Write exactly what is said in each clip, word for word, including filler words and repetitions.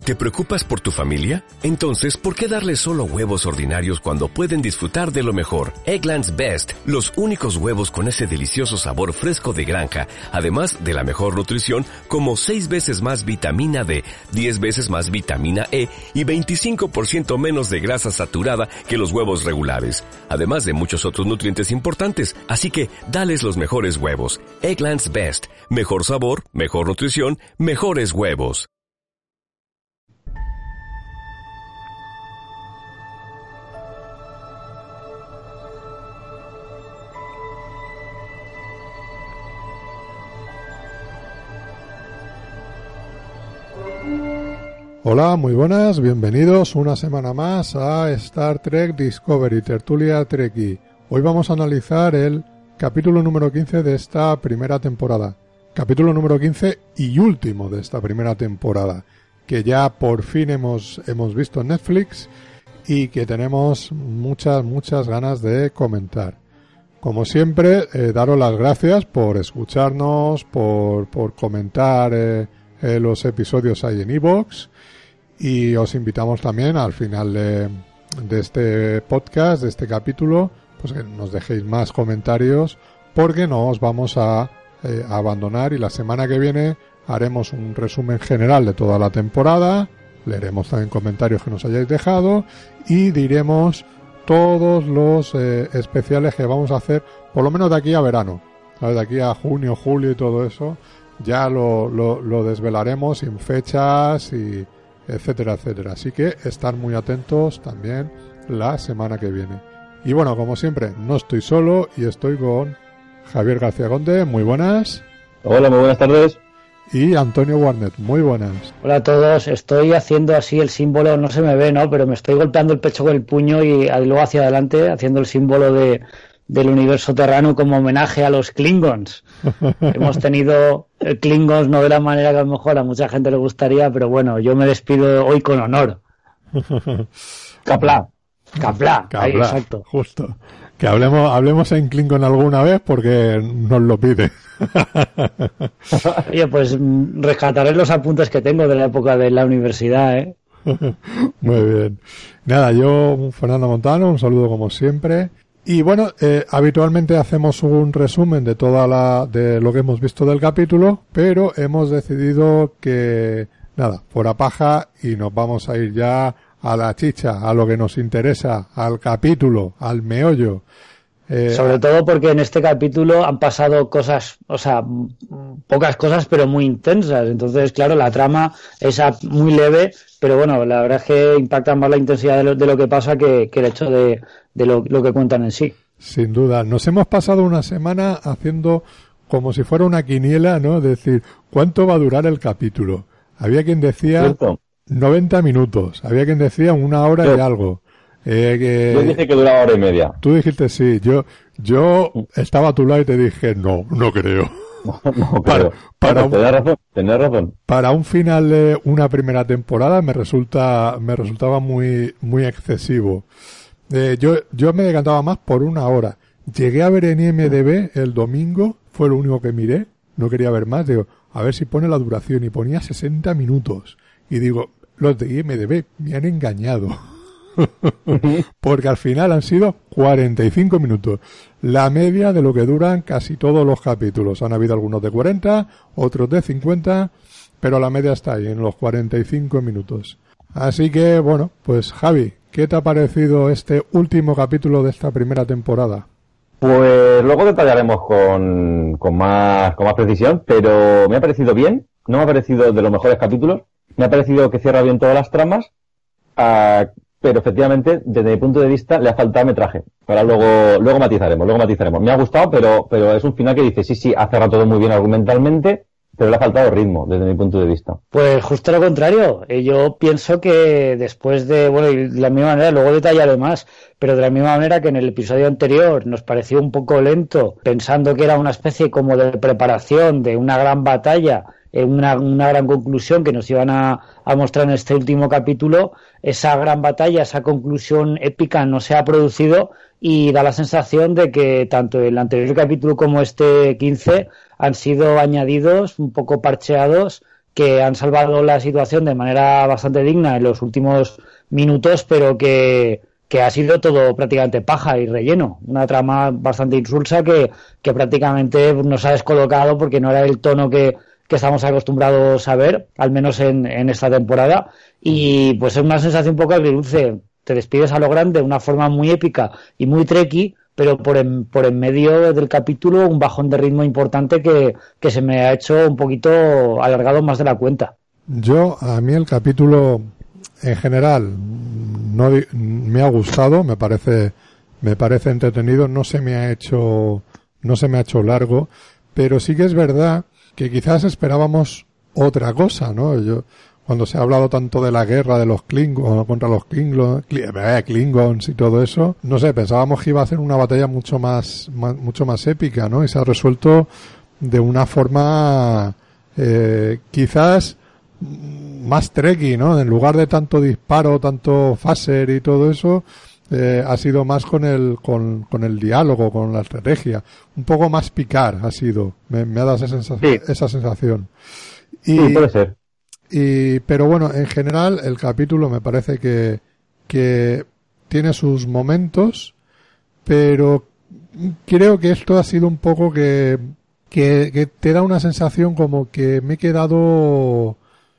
¿Te preocupas por tu familia? Entonces, ¿por qué darles solo huevos ordinarios cuando pueden disfrutar de lo mejor? Eggland's Best, los únicos huevos con ese delicioso sabor fresco de granja, además de la mejor nutrición, como seis veces más vitamina D, diez veces más vitamina E y veinticinco por ciento menos de grasa saturada que los huevos regulares, además de muchos otros nutrientes importantes. Así que, dales los mejores huevos. Eggland's Best, mejor sabor, mejor nutrición, mejores huevos. Hola, muy buenas, bienvenidos una semana más a Star Trek Discovery, Tertulia Trekkie. Hoy vamos a analizar el capítulo número quince de esta primera temporada. Capítulo número quince y último de esta primera temporada, que ya por fin hemos, hemos visto en Netflix y que tenemos muchas, muchas ganas de comentar. Como siempre, eh, daros las gracias por escucharnos, por, por comentar eh, eh, los episodios ahí en iVoox. Y os invitamos también al final de, de este podcast, de este capítulo, pues que nos dejéis más comentarios, porque no os vamos a, eh, a abandonar, y la semana que viene haremos un resumen general de toda la temporada, leeremos también comentarios que nos hayáis dejado y diremos todos los eh, especiales que vamos a hacer, por lo menos de aquí a verano, ¿sabes? De aquí a junio, julio y todo eso, ya lo, lo, lo desvelaremos sin fechas y etcétera, etcétera. Así que estar muy atentos también la semana que viene. Y bueno, como siempre, no estoy solo y estoy con Javier García Conde, muy buenas. Hola, muy buenas tardes. Y Antonio Warnet, muy buenas. Hola a todos, estoy haciendo así el símbolo, no se me ve, ¿no? Pero me estoy golpeando el pecho con el puño y luego hacia adelante haciendo el símbolo de del universo terrano como homenaje a los Klingons. Hemos tenido Klingons no de la manera que a lo mejor a mucha gente le gustaría, pero bueno, yo me despido hoy con honor. Kapla, Kapla, ahí, exacto. Justo. Que hablemos hablemos en Klingon alguna vez porque nos lo pide. Oye, pues rescataré los apuntes que tengo de la época de la universidad, ¿eh? Muy bien. Nada, yo, Fernando Montano, un saludo como siempre. Y bueno, eh, habitualmente hacemos un resumen de toda la, de lo que hemos visto del capítulo, pero hemos decidido que, nada, fuera paja y nos vamos a ir ya a la chicha, a lo que nos interesa, al capítulo, al meollo. Eh, Sobre todo porque en este capítulo han pasado cosas, o sea, pocas cosas, pero muy intensas. Entonces, claro, la trama es muy leve, pero bueno, la verdad es que impacta más la intensidad de lo, de lo que pasa que, que el hecho de, de lo, lo que cuentan en sí. Sin duda. Nos hemos pasado una semana haciendo como si fuera una quiniela, ¿no? Es decir, ¿cuánto va a durar el capítulo? Había quien decía ¿Cierto? noventa minutos, había quien decía una hora ¿Cierto? y algo. Eh, que... Yo dije que duraba hora y media. Tú dijiste sí. Yo yo estaba a tu lado y te dije no, no creo. No, no creo. Para, para un, tenés razón, tenés razón. Para un final de una primera temporada me resulta me resultaba muy muy excesivo. Eh, yo yo me decantaba más por una hora. Llegué a ver en I M D B el domingo, fue lo único que miré. No quería ver más. Digo, a ver si pone la duración, y ponía sesenta minutos. Y digo, los de I M D B me han engañado. Porque al final han sido cuarenta y cinco minutos, la media de lo que duran casi todos los capítulos. Han habido algunos de cuarenta, otros de cincuenta, pero la media está ahí en los cuarenta y cinco minutos. Así que bueno, pues Javi, ¿qué te ha parecido este último capítulo de esta primera temporada? Pues luego detallaremos con, con más con más precisión, pero me ha parecido bien, no me ha parecido de los mejores capítulos, me ha parecido que cierra bien todas las tramas. Uh, pero efectivamente, desde mi punto de vista, le ha faltado metraje. Ahora luego, luego matizaremos, luego matizaremos. Me ha gustado, pero, pero es un final que dice, sí, sí, ha cerrado todo muy bien argumentalmente, pero le ha faltado ritmo, desde mi punto de vista. Pues justo lo contrario. Yo pienso que después de, bueno, y de la misma manera, luego detallaré más, pero de la misma manera que en el episodio anterior nos pareció un poco lento, pensando que era una especie como de preparación de una gran batalla, Una, una gran conclusión que nos iban a, a mostrar en este último capítulo. Esa gran batalla, esa conclusión épica no se ha producido y da la sensación de que tanto el anterior capítulo como este quince han sido añadidos, un poco parcheados, que han salvado la situación de manera bastante digna en los últimos minutos, pero que, que ha sido todo prácticamente paja y relleno. Una trama bastante insulsa que, que prácticamente nos ha descolocado porque no era el tono que, que estamos acostumbrados a ver, al menos en, en esta temporada. Y pues es una sensación un poco agridulce. Te despides a lo grande de una forma muy épica y muy trekkie, pero por en, por en medio del capítulo un bajón de ritmo importante que, que se me ha hecho un poquito alargado más de la cuenta. Yo, a mí el capítulo en general no me ha gustado, me parece me parece entretenido, no se me ha hecho no se me ha hecho largo, pero sí que es verdad que quizás esperábamos otra cosa, ¿no? Yo cuando se ha hablado tanto de la guerra de los Klingons contra los Klingons, Klingons y todo eso, no sé, pensábamos que iba a ser una batalla mucho más, más mucho más épica, ¿no? Y se ha resuelto de una forma eh, quizás más trekkie, ¿no? En lugar de tanto disparo, tanto phaser y todo eso, eh, ha sido más con el con, con el diálogo, con la estrategia, un poco más picar ha sido, me, me ha dado esa sensación, sí. esa sensación. Y, sí, puede ser. Y, pero bueno, en general el capítulo me parece que, que tiene sus momentos, pero creo que esto ha sido un poco que, que, que te da una sensación como que me he quedado,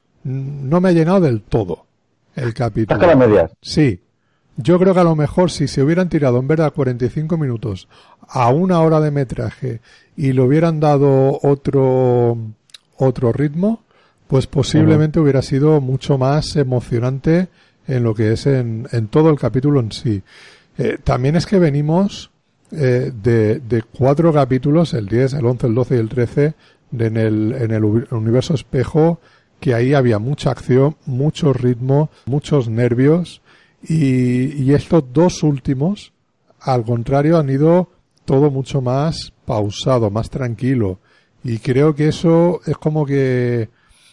no me ha llenado del todo el capítulo. ¿Estás a las medias? Sí. Yo creo que a lo mejor si se hubieran tirado en verdad cuarenta y cinco minutos a una hora de metraje y le hubieran dado otro, otro ritmo, pues posiblemente uh-huh. hubiera sido mucho más emocionante en lo que es en, en todo el capítulo en sí. Eh, también es que venimos eh, de, de cuatro capítulos, el diez, el once, el doce y el trece, de en, el, en el universo espejo, que ahí había mucha acción, mucho ritmo, muchos nervios, y, y estos dos últimos, al contrario, han ido todo mucho más pausado, más tranquilo. Y creo que eso es como que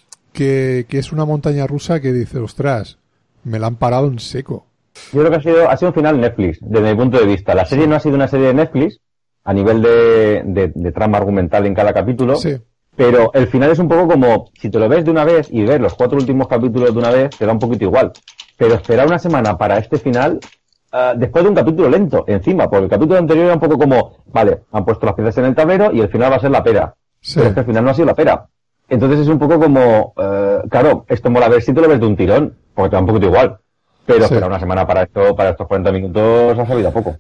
Que, que es una montaña rusa que dice, ostras, me la han parado en seco. Yo creo que ha sido, ha sido un final Netflix, desde mi punto de vista. La serie no ha sido una serie de Netflix, a nivel de, de, de trama argumental en cada capítulo, sí. Pero el final es un poco como, si te lo ves de una vez y ves los cuatro últimos capítulos de una vez, te da un poquito igual. Pero esperar una semana para este final, uh, después de un capítulo lento, encima, porque el capítulo anterior era un poco como, vale, han puesto las piezas en el tablero y el final va a ser la pera. Sí. Pero es que el final no ha sido la pera. Entonces es un poco como, eh, claro, esto mola ver si te lo ves de un tirón, porque te da un poquito igual. Pero sí. Esperar una semana para esto, para estos cuarenta minutos, ha sabido a poco.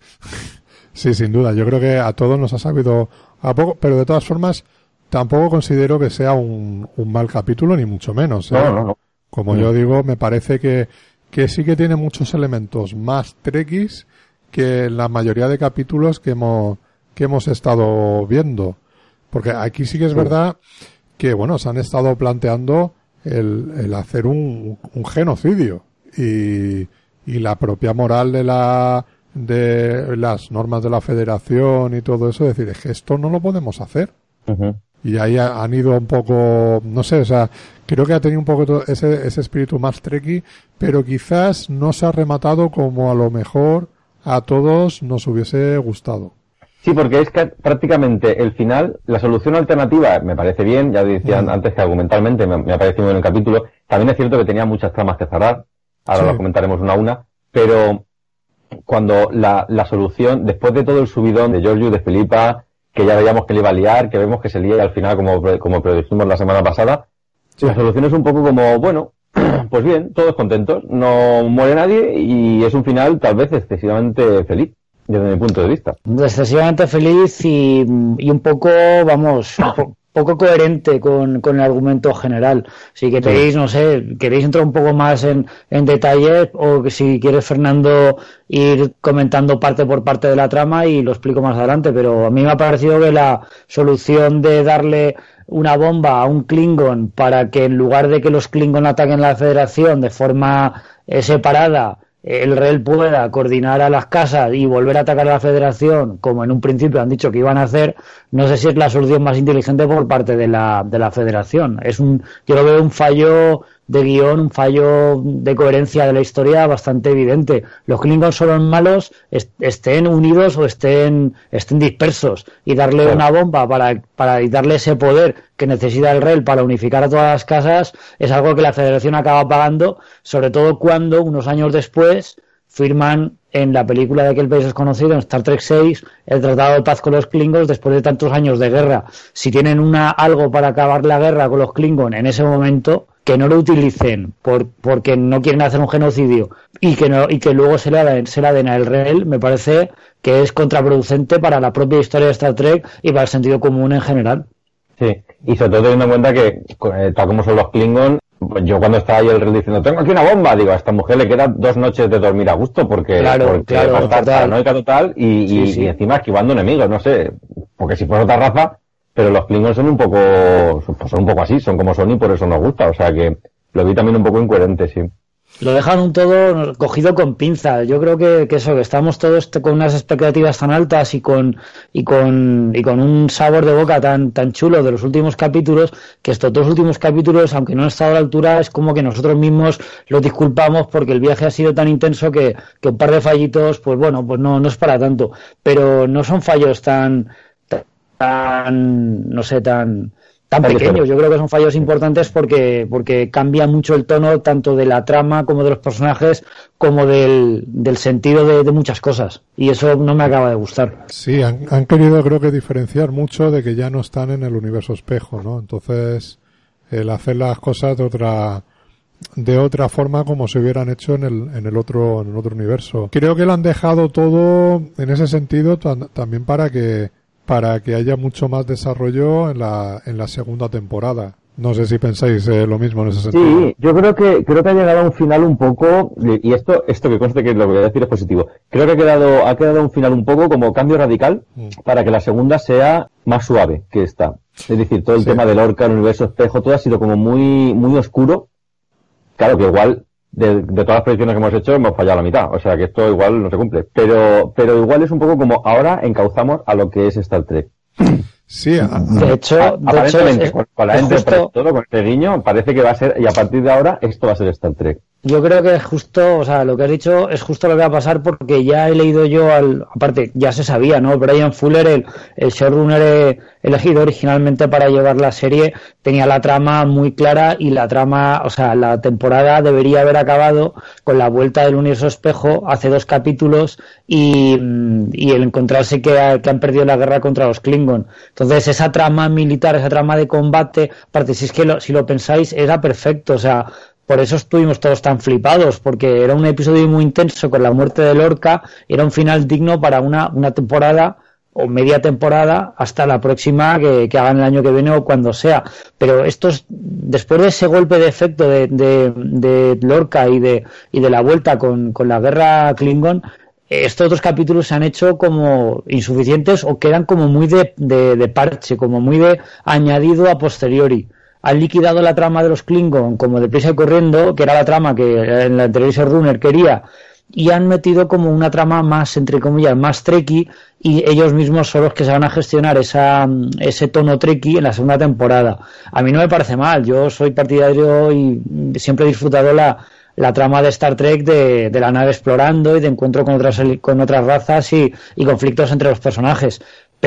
Sí, sin duda. Yo creo que a todos nos ha sabido a poco, pero de todas formas, tampoco considero que sea un, un mal capítulo, ni mucho menos. ¿eh? No, no, no. Como mm. yo digo, me parece que, que sí que tiene muchos elementos más trekkies que la mayoría de capítulos que hemos, que hemos estado viendo. Porque aquí sí que es sí. verdad que, bueno, se han estado planteando el, el hacer un, un genocidio y, y la propia moral de la de las normas de la Federación y todo eso, decir, es que esto no lo podemos hacer. Uh-huh. Y ahí ha, han ido un poco, no sé, o sea, creo que ha tenido un poco ese, ese espíritu más trekkie, pero quizás no se ha rematado como a lo mejor a todos nos hubiese gustado. Sí, porque es que prácticamente el final, la solución alternativa me parece bien, ya decían uh-huh. antes que argumentalmente me, me ha parecido en el capítulo. También es cierto que tenía muchas tramas que cerrar, ahora sí. Lo comentaremos una a una, pero cuando la, la solución, después de todo el subidón de Georgiou, de Filipa, que ya veíamos que le iba a liar, que vemos que se lía al final como, como predijimos la semana pasada, sí. La solución es un poco como, bueno, pues bien, todos contentos, no muere nadie y es un final tal vez excesivamente feliz. Desde mi punto de vista. Excesivamente feliz y, y un poco, vamos, un po- poco coherente con, con el argumento general. Si queréis, sí. no sé, queréis entrar un poco más en, en detalle o que si quieres, Fernando, ir comentando parte por parte de la trama y lo explico más adelante, pero a mí me ha parecido que la solución de darle una bomba a un Klingon para que en lugar de que los Klingon ataquen a la Federación de forma eh, separada, el R E L pueda coordinar a las casas y volver a atacar a la Federación, como en un principio han dicho que iban a hacer, no sé si es la solución más inteligente por parte de la de la Federación. Es un, yo lo veo un fallo de guión, un fallo de coherencia de la historia bastante evidente. Los Klingons son los malos, est- estén unidos o estén estén dispersos, y darle Claro. una bomba para, para y darle ese poder que necesita el rey para unificar a todas las casas es algo que la Federación acaba pagando, sobre todo cuando unos años después firman en la película de Aquel país desconocido, en Star Trek seis, el Tratado de Paz con los Klingons después de tantos años de guerra. Si tienen una algo para acabar la guerra con los Klingons en ese momento, que no lo utilicen por porque no quieren hacer un genocidio y que no y que luego se la den, se la den a el rey, me parece que es contraproducente para la propia historia de Star Trek y para el sentido común en general. Sí, y sobre todo teniendo en cuenta que, eh, tal como son los Klingon, pues yo cuando estaba ahí el rey diciendo, tengo aquí una bomba, digo, a esta mujer le quedan dos noches de dormir a gusto porque, Claro, porque claro, va a estar total. paranoica total y, Sí, y, sí. y encima esquivando enemigos, no sé, porque si fuera otra raza, pero los Klingons son un poco, pues son un poco así, son como son y por eso nos gusta, o sea que lo vi también un poco incoherente, sí. Lo dejan un todo cogido con pinzas. Yo creo que, que eso, que estamos todos con unas expectativas tan altas y con y con y con un sabor de boca tan tan chulo de los últimos capítulos, que estos dos últimos capítulos, aunque no han estado a la altura, es como que nosotros mismos los disculpamos porque el viaje ha sido tan intenso que, que un par de fallitos, pues bueno, pues no, no es para tanto. Pero no son fallos tan, tan, no sé, tan... tan pequeños. Yo creo que son fallos importantes porque porque cambia mucho el tono tanto de la trama como de los personajes como del, del sentido de, de muchas cosas, y eso no me acaba de gustar. Sí, han, han querido creo que diferenciar mucho de que ya no están en el universo espejo, ¿no? Entonces el hacer las cosas de otra de otra forma como se hubieran hecho en el en el otro en el otro universo. Creo que lo han dejado todo en ese sentido tan, también para que para que haya mucho más desarrollo en la en la segunda temporada. No sé si pensáis eh, lo mismo en ese sentido. Sí, yo creo que creo que ha llegado a un final un poco, y esto esto que conste que lo que voy a decir es positivo. Creo que ha quedado ha quedado un final un poco como cambio radical mm. para que la segunda sea más suave que esta. Es decir, todo el sí. tema del Lorca, el universo espejo, todo ha sido como muy muy oscuro. Claro que igual de, de todas las predicciones que hemos hecho hemos fallado la mitad, o sea que esto igual no se cumple, pero pero igual es un poco como ahora encauzamos a lo que es Star Trek. Sí, a, a, de hecho, a, de aparentemente hecho es, con, con la gente justo, todo con este guiño parece que va a ser, y a partir de ahora esto va a ser Star Trek. Yo creo que es justo, o sea, lo que has dicho es justo lo que va a pasar, porque ya he leído yo, al, aparte ya se sabía, ¿no? Bryan Fuller, el, el showrunner elegido originalmente para llevar la serie, tenía la trama muy clara, y la trama, o sea, la temporada debería haber acabado con la vuelta del universo espejo hace dos capítulos y, y el encontrarse que, ha, que han perdido la guerra contra los Klingon. Entonces esa trama militar, esa trama de combate, aparte si es que lo, si lo pensáis, era perfecto, o sea, por eso estuvimos todos tan flipados, porque era un episodio muy intenso con la muerte de Lorca, era un final digno para una, una temporada o media temporada hasta la próxima que, que hagan el año que viene o cuando sea. Pero estos, después de ese golpe de efecto de, de, de Lorca y de, y de la vuelta con, con la guerra Klingon, estos otros capítulos se han hecho como insuficientes o quedan como muy de, de, de parche, como muy de añadido a posteriori. Han liquidado la trama de los Klingon como deprisa y corriendo, que era la trama que en la anterior showrunner quería, y han metido como una trama más, entre comillas, más trekkie, y ellos mismos son los que se van a gestionar esa, ese tono trekkie en la segunda temporada. A mí no me parece mal, yo soy partidario y siempre he disfrutado la, la trama de Star Trek de, de la nave explorando y de encuentro con otras, con otras razas y, y conflictos entre los personajes.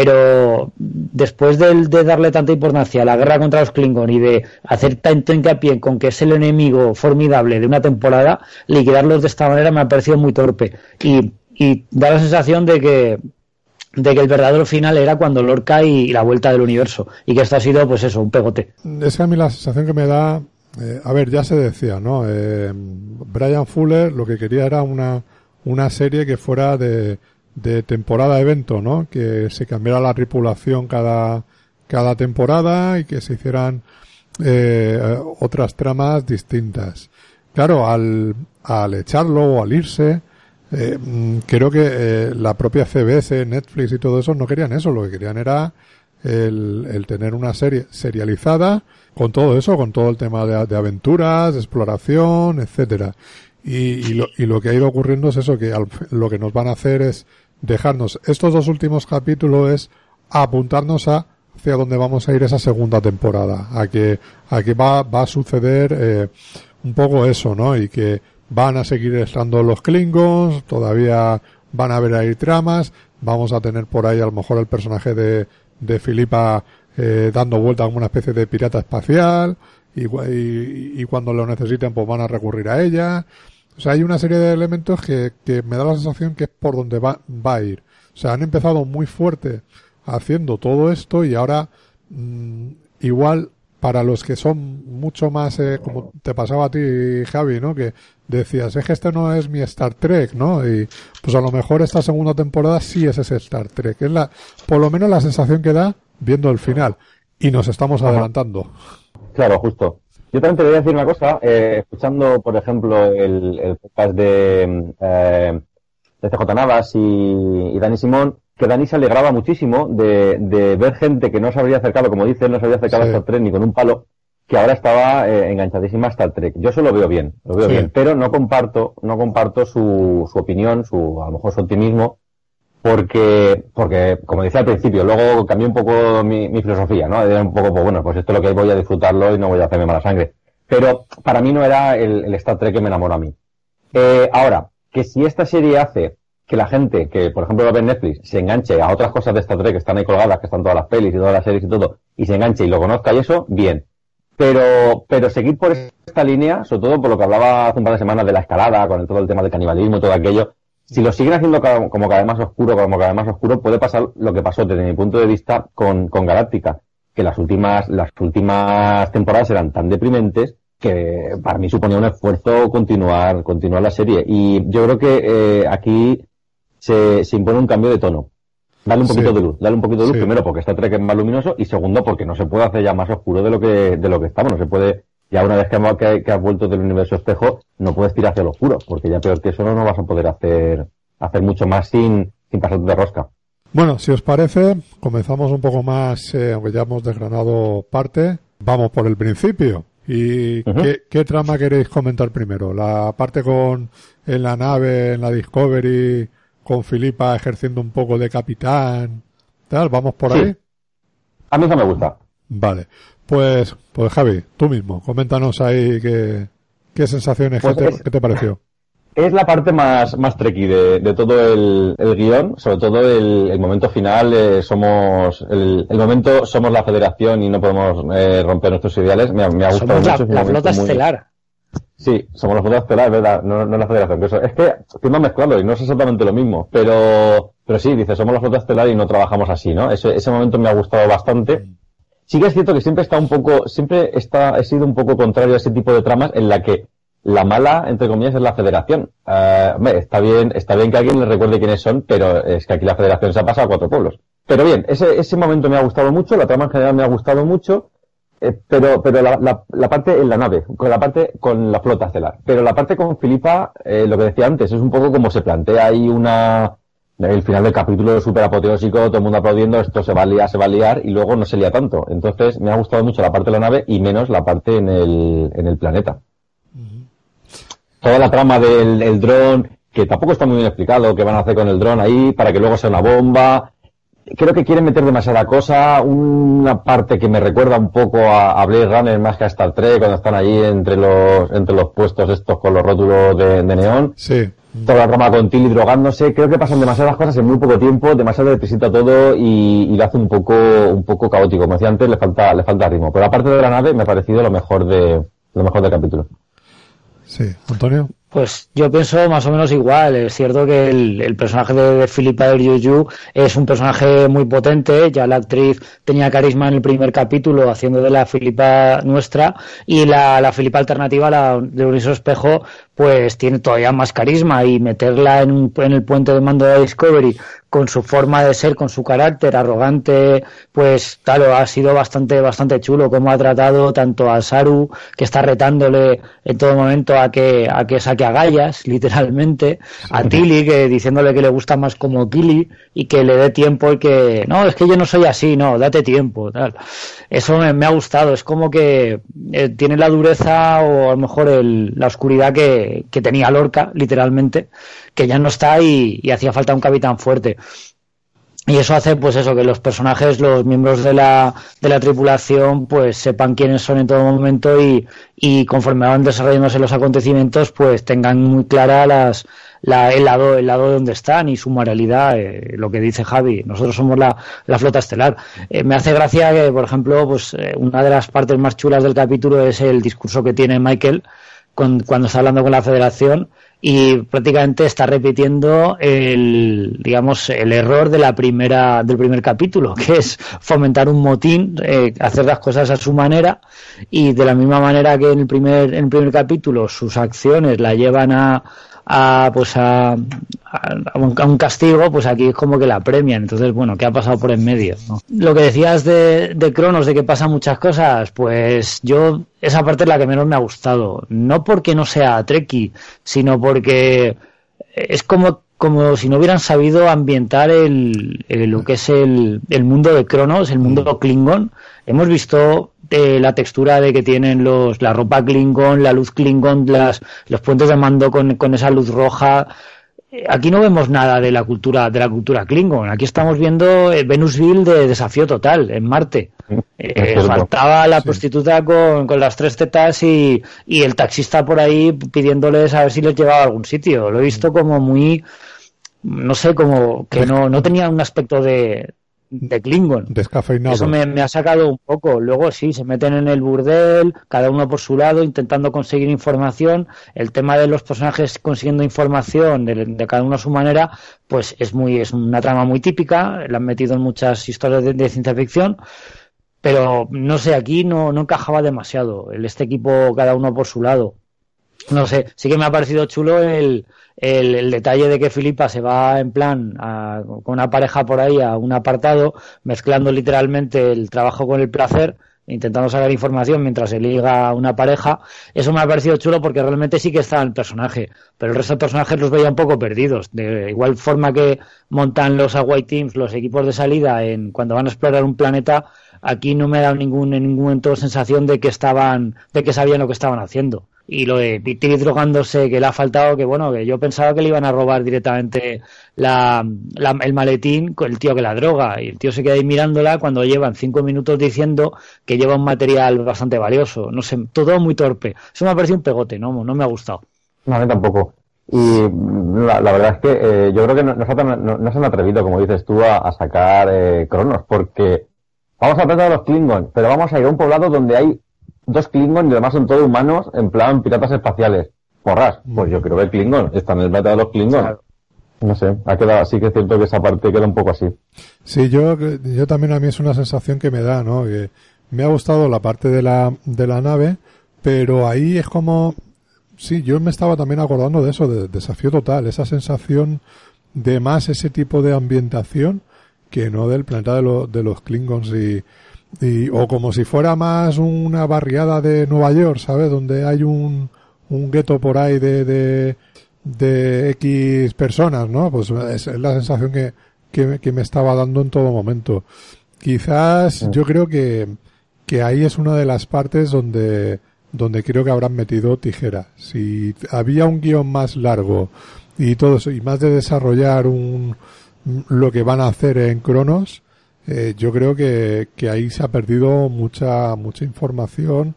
Pero después de, de darle tanta importancia a la guerra contra los Klingon y de hacer tanto hincapié con que es el enemigo formidable de una temporada, liquidarlos de esta manera me ha parecido muy torpe. Y, y da la sensación de que de que el verdadero final era cuando Lorca y, y la vuelta del universo. Y que esto ha sido, pues eso, un pegote. Es que a mí la sensación que me da... Eh, a ver, ya se decía, ¿no? Eh, Bryan Fuller lo que quería era una, una serie que fuera de... de temporada evento, ¿no? Que se cambiara la tripulación cada cada temporada y que se hicieran eh, otras tramas distintas. Claro, al al echarlo o al irse, eh, creo que eh, la propia C B S, Netflix y todo eso no querían eso. Lo que querían era el, el tener una serie serializada con todo eso, con todo el tema de, de aventuras, de exploración, etcétera. Y, y, lo, y lo que ha ido ocurriendo es eso, que al, lo que nos van a hacer es dejarnos estos dos últimos capítulos, es apuntarnos a hacia dónde vamos a ir esa segunda temporada, a que a que va va a suceder eh, un poco eso, ¿no? Y que van a seguir estando los Klingons, todavía van a haber ahí tramas, vamos a tener por ahí a lo mejor el personaje de, de Philippa eh, dando vueltas como una especie de pirata espacial, y, y, y cuando lo necesiten pues van a recurrir a ella. O sea, hay una serie de elementos que, que me da la sensación que es por donde va, va a ir. O sea, han empezado muy fuerte haciendo todo esto y ahora mmm, igual para los que son mucho más, eh, como te pasaba a ti, Javi, ¿no? Que decías, es que este no es mi Star Trek, ¿no? Y pues a lo mejor esta segunda temporada sí es ese Star Trek. Es la, por lo menos la sensación que da viendo el final. Y nos estamos adelantando. Claro, justo. Yo también te voy a decir una cosa, eh, escuchando, por ejemplo, el, el podcast de, eh, de C J Navas y, y Dani Simón, que Dani se alegraba muchísimo de, de ver gente que no se habría acercado, como dice, no se habría acercado sí. a Star Trek ni con un palo, que ahora estaba eh, enganchadísima a Star Trek. Yo eso lo veo bien, lo veo sí. bien, pero no comparto, no comparto su, su opinión, su, a lo mejor su optimismo, porque, porque, como decía al principio, luego cambié un poco mi, mi filosofía, ¿no? Era un poco, pues bueno, pues esto es lo que voy a disfrutarlo y no voy a hacerme mala sangre. Pero para mí no era el, el Star Trek que me enamoró a mí. Eh, ahora, que si esta serie hace que la gente que, por ejemplo, va a ver Netflix, se enganche a otras cosas de Star Trek que están ahí colgadas, que están todas las pelis y todas las series y todo, y se enganche y lo conozca y eso, bien. Pero, pero seguir por esta línea, sobre todo por lo que hablaba hace un par de semanas de la escalada, con el, todo el tema del canibalismo y todo aquello, si lo siguen haciendo cada, como cada vez más oscuro, como cada vez más oscuro, puede pasar lo que pasó desde mi punto de vista con, con Galáctica, que las últimas, las últimas temporadas eran tan deprimentes que para mí suponía un esfuerzo continuar, continuar la serie. Y yo creo que eh, aquí se, se impone un cambio de tono. Dale un poquito sí. de luz, dale un poquito de luz, sí. primero porque Star Trek es más luminoso y segundo porque no se puede hacer ya más oscuro de lo que, de lo que estamos, no se puede. Ya una vez que, hemos, que, que has vuelto del universo espejo, no puedes tirar hacia lo oscuro, porque ya peor que eso no, no vas a poder hacer hacer mucho más sin, sin pasarte de rosca. Bueno, si os parece, comenzamos un poco más, eh, aunque ya hemos desgranado parte, vamos por el principio. ¿Y uh-huh. ¿qué, qué trama queréis comentar primero? ¿La parte con en la nave, en la Discovery, con Philippa ejerciendo un poco de capitán? ¿Tal? ¿Vamos por sí. ahí? A mí eso me gusta. Vale. Pues, pues Javi, tú mismo, coméntanos ahí qué, qué sensaciones, pues qué, te, es, qué te pareció. Es la parte más, más tricky de, de todo el, el guión, sobre todo el, el momento final, eh, somos, el, el momento somos la federación y no podemos eh, romper nuestros ideales, me, me ha gustado somos mucho. La, la flota muy... estelar. Sí, somos la flota estelar, es verdad, no, no la federación, que eso, es que estoy más mezclado y no es exactamente lo mismo, pero, pero sí, dice, somos la flota estelar y no trabajamos así, ¿no? Ese, ese momento me ha gustado bastante. Sí que es cierto que siempre está un poco, siempre está, he sido un poco contrario a ese tipo de tramas en la que la mala, entre comillas, es la federación. Uh, hombre, está bien, está bien que alguien le recuerde quiénes son, pero es que aquí la federación se ha pasado a cuatro pueblos. Pero bien, ese, ese momento me ha gustado mucho, la trama en general me ha gustado mucho, eh, pero, pero la, la, la parte en la nave, con la parte con la flota estelar. Pero la parte con Philippa, eh, lo que decía antes, es un poco como se plantea ahí una, el final del capítulo es súper apoteósico, todo el mundo aplaudiendo, esto se va a liar, se va a liar, y luego no se lía tanto. Entonces me ha gustado mucho la parte de la nave y menos la parte en el, en el planeta. Uh-huh. Toda la trama del el dron, que tampoco está muy bien explicado, qué van a hacer con el dron ahí, para que luego sea una bomba. Creo que quieren meter demasiada cosa, una parte que me recuerda un poco a, a Blade Runner más que a Star Trek, cuando están ahí entre los, entre los puestos estos con los rótulos de, de neón. Sí. Toda la trama con Tilly drogándose, creo que pasan demasiadas cosas en muy poco tiempo, demasiado deprisita todo y, y lo hace un poco, un poco caótico. Como decía antes, le falta, le falta ritmo. Pero aparte de la nave, me ha parecido lo mejor de, lo mejor del capítulo. Sí, Antonio. Pues yo pienso más o menos igual. Es cierto que el, el personaje de, de Philippa Georgiou es un personaje muy potente. Ya la actriz tenía carisma en el primer capítulo haciendo de la Philippa nuestra, y la, la Philippa alternativa, la de Universo Espejo, pues tiene todavía más carisma, y meterla en, un, en el puente de mando de Discovery con su forma de ser, con su carácter arrogante, pues claro, ha sido bastante bastante chulo cómo ha tratado tanto a Saru, que está retándole en todo momento a que a que saque agallas, literalmente, sí. A Tilly, que diciéndole que le gusta más como Killy y que le dé tiempo, y que no, es que yo no soy así, no, date tiempo, tal. Eso me, me ha gustado, es como que eh, tiene la dureza o a lo mejor el, la oscuridad que, que tenía Lorca, literalmente, que ya no está, y, y hacía falta un capitán fuerte. Y eso hace, pues eso, que los personajes, los miembros de la, de la tripulación, pues sepan quiénes son en todo momento y, y conforme van desarrollándose los acontecimientos, pues tengan muy clara las, la, el lado, el lado de donde están y su moralidad, eh, lo que dice Javi. Nosotros somos la, la flota estelar. Eh, me hace gracia que, por ejemplo, pues eh, una de las partes más chulas del capítulo es el discurso que tiene Michael con, cuando está hablando con la Federación, y prácticamente está repitiendo el, digamos, el error de la primera, del primer capítulo, que es fomentar un motín, eh, hacer las cosas a su manera, y de la misma manera que en el primer, en el primer capítulo sus acciones la llevan a, a pues a, a, un, a un castigo, pues aquí es como que la premian. Entonces, bueno, ¿qué ha pasado por en medio, ¿no? Lo que decías de, de Cronos, de que pasan muchas cosas, pues yo, esa parte es la que menos me ha gustado. No porque no sea Trekkie, sino porque es como, como si no hubieran sabido ambientar el, el lo que es el, el mundo de Cronos, el mundo Klingon. Hemos visto eh, la textura de que tienen los la ropa Klingon, la luz Klingon, las, los puentes de mando con, con esa luz roja. Aquí no vemos nada de la cultura de la cultura Klingon. Aquí estamos viendo eh, Venusville de Desafío Total en Marte. Eh, faltaba la sí. prostituta con, con las tres tetas y, y el taxista por ahí pidiéndoles a ver si les llevaba a algún sitio. Lo he visto como muy, no sé, como que no, no tenía un aspecto de, de Klingon. Descafeinado. Eso me, me ha sacado un poco. Luego sí, se meten en el burdel, cada uno por su lado, intentando conseguir información. El tema de los personajes consiguiendo información de, de cada uno a su manera, pues es muy es una trama muy típica. La han metido en muchas historias de, de ciencia ficción. Pero no sé, aquí no, no encajaba demasiado. El, este equipo, cada uno por su lado. No sé, sí que me ha parecido chulo el, el, el detalle de que Filipa se va en plan a, con una pareja por ahí a un apartado, mezclando literalmente el trabajo con el placer, intentando sacar información mientras se liga a una pareja. Eso me ha parecido chulo porque realmente sí que está el personaje, pero el resto de personajes los veía un poco perdidos. De igual forma que montan los away teams, los equipos de salida, en cuando van a explorar un planeta, aquí no me ha dado ningún, en ningún momento sensación de que estaban, de que sabían lo que estaban haciendo. Y lo de Piti drogándose, que le ha faltado, que bueno, que yo pensaba que le iban a robar directamente la, la, el maletín con el tío que la droga, y el tío se queda ahí mirándola cuando llevan cinco minutos diciendo que lleva un material bastante valioso. No sé, todo muy torpe. Eso me ha parecido un pegote, no, no me ha gustado. No, a mí tampoco. Y la, la verdad es que eh, yo creo que no, no, no, no, no se han atrevido, como dices tú, a, a sacar eh, Cronos, porque vamos a tratar a los Klingon, pero vamos a ir a un poblado donde hay dos Klingon y además son todos humanos, en plan piratas espaciales. Porras, pues yo creo que Klingon está en el planeta de los Klingon. Claro. No sé, ha quedado, sí que es cierto que esa parte queda un poco así. Sí, yo, yo también, a mí es una sensación que me da, ¿no? Que me ha gustado la parte de la, de la nave, pero ahí es como, sí, yo me estaba también acordando de eso, de Desafío Total, esa sensación de más ese tipo de ambientación que no del planeta de, lo, de los Klingons y, y o como si fuera más una barriada de Nueva York, ¿sabes? Donde hay un, un gueto por ahí de, de, de X personas, ¿no? Pues es, es la sensación que, que, que me estaba dando en todo momento. Quizás sí. Yo creo que, que ahí es una de las partes donde, donde creo que habrán metido tijera. Si había un guión más largo y todo eso, y más de desarrollar un, lo que van a hacer en Cronos, Eh, yo creo que, que ahí se ha perdido mucha mucha información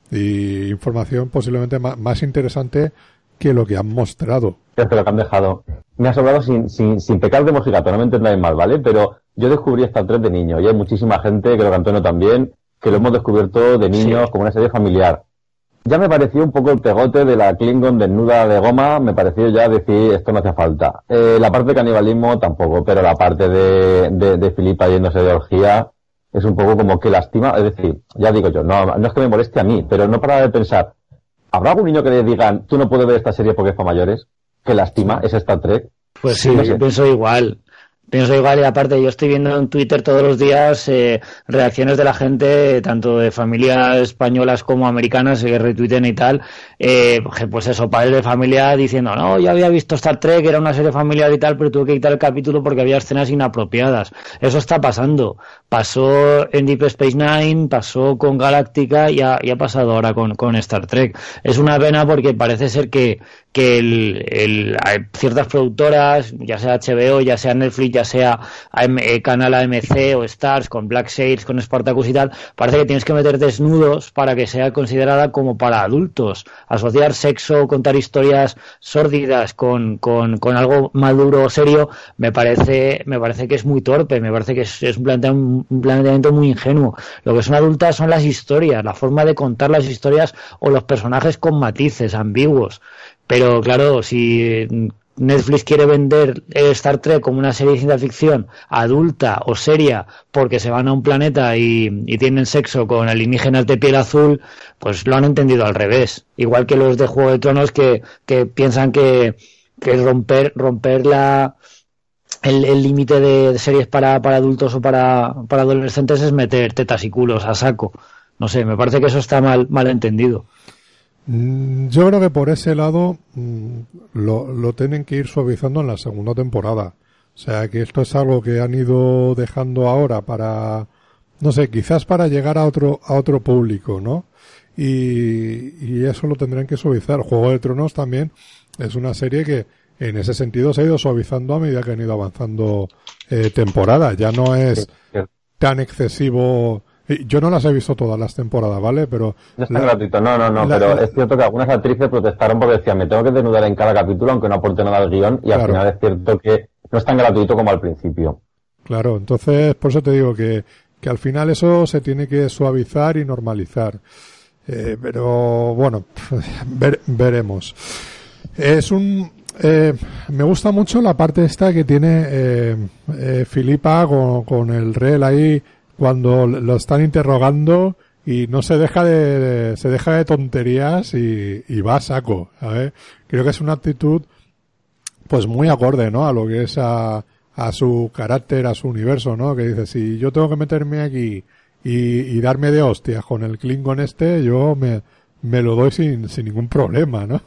y información posiblemente más, más interesante que lo que han mostrado. Es que lo que han dejado. Me ha sobrado sin, sin, sin pecar de mojigato, no me entendáis mal, ¿vale? Pero yo descubrí Star Trek de niño y hay muchísima gente, creo que Antonio también, que lo hemos descubierto de niños sí. Como una serie familiar. Ya me pareció un poco el pegote de la Klingon desnuda de goma, me pareció ya decir, esto no hace falta. Eh, la parte de canibalismo tampoco, pero la parte de, de, de Filipa yéndose de orgía es un poco como que lastima, es decir, ya digo yo, no, no es que me moleste a mí, pero no para de pensar, ¿habrá algún niño que le digan, tú no puedes ver esta serie porque es para mayores? ¿Qué lástima? ¿Es Star Trek? Pues sí, no sé. Pienso igual. Pienso igual, y aparte yo estoy viendo en Twitter todos los días eh, reacciones de la gente, tanto de familias españolas como americanas, que retuiten y tal, eh, pues eso, padres de familia diciendo, no, yo había visto Star Trek, era una serie familiar y tal, pero tuve que quitar el capítulo porque había escenas inapropiadas. Eso está pasando. Pasó en Deep Space Nine, pasó con Galáctica y ha, y ha pasado ahora con, con Star Trek. Es una pena porque parece ser que, que el, el, hay ciertas productoras, ya sea H B O, ya sea Netflix, ya ya sea A M, eh, Canal A M C o Stars, con Black Shades, con Spartacus y tal, parece que tienes que meter desnudos para que sea considerada como para adultos. Asociar sexo, contar historias sórdidas con, con, con algo maduro o serio, me parece, me parece que es muy torpe, me parece que es, es un, plantea, un planteamiento muy ingenuo. Lo que son adultas son las historias, la forma de contar las historias o los personajes con matices ambiguos. Pero claro, si Netflix quiere vender Star Trek como una serie de ciencia ficción adulta o seria porque se van a un planeta y, y tienen sexo con alienígenas de piel azul, pues lo han entendido al revés. Igual que los de Juego de Tronos que, que piensan que, que romper, romper la... el límite de series para, para adultos o para, para adolescentes es meter tetas y culos a saco. No sé, me parece que eso está mal, mal entendido. Yo creo que por ese lado lo, lo tienen que ir suavizando en la segunda temporada. O sea, que esto es algo que han ido dejando ahora para, no sé, quizás para llegar a otro a otro público, ¿no? Y, y eso lo tendrán que suavizar. Juego de Tronos también es una serie que en ese sentido se ha ido suavizando a medida que han ido avanzando eh, temporadas. Ya no es tan excesivo. Yo no las he visto todas las temporadas, ¿vale? Pero no está la, gratuito, no, no, no, la, pero la, es cierto que algunas actrices protestaron porque decían, me tengo que desnudar en cada capítulo aunque no aporte nada al guión, y claro, al final es cierto que no es tan gratuito como al principio. Claro, entonces por eso te digo que, que al final eso se tiene que suavizar y normalizar. Eh, pero bueno, ver, veremos. Es un... Eh, me gusta mucho la parte esta que tiene eh, eh, Filipa con, con el rel ahí cuando lo están interrogando y no se deja de, de se deja de tonterías y, y va a saco, ¿sabes? Creo que es una actitud pues muy acorde, ¿no? A lo que es a, a su carácter, a su universo, ¿no? Que dice, si yo tengo que meterme aquí y, y darme de hostias con el Klingon este, yo me, me lo doy sin, sin ningún problema, ¿no?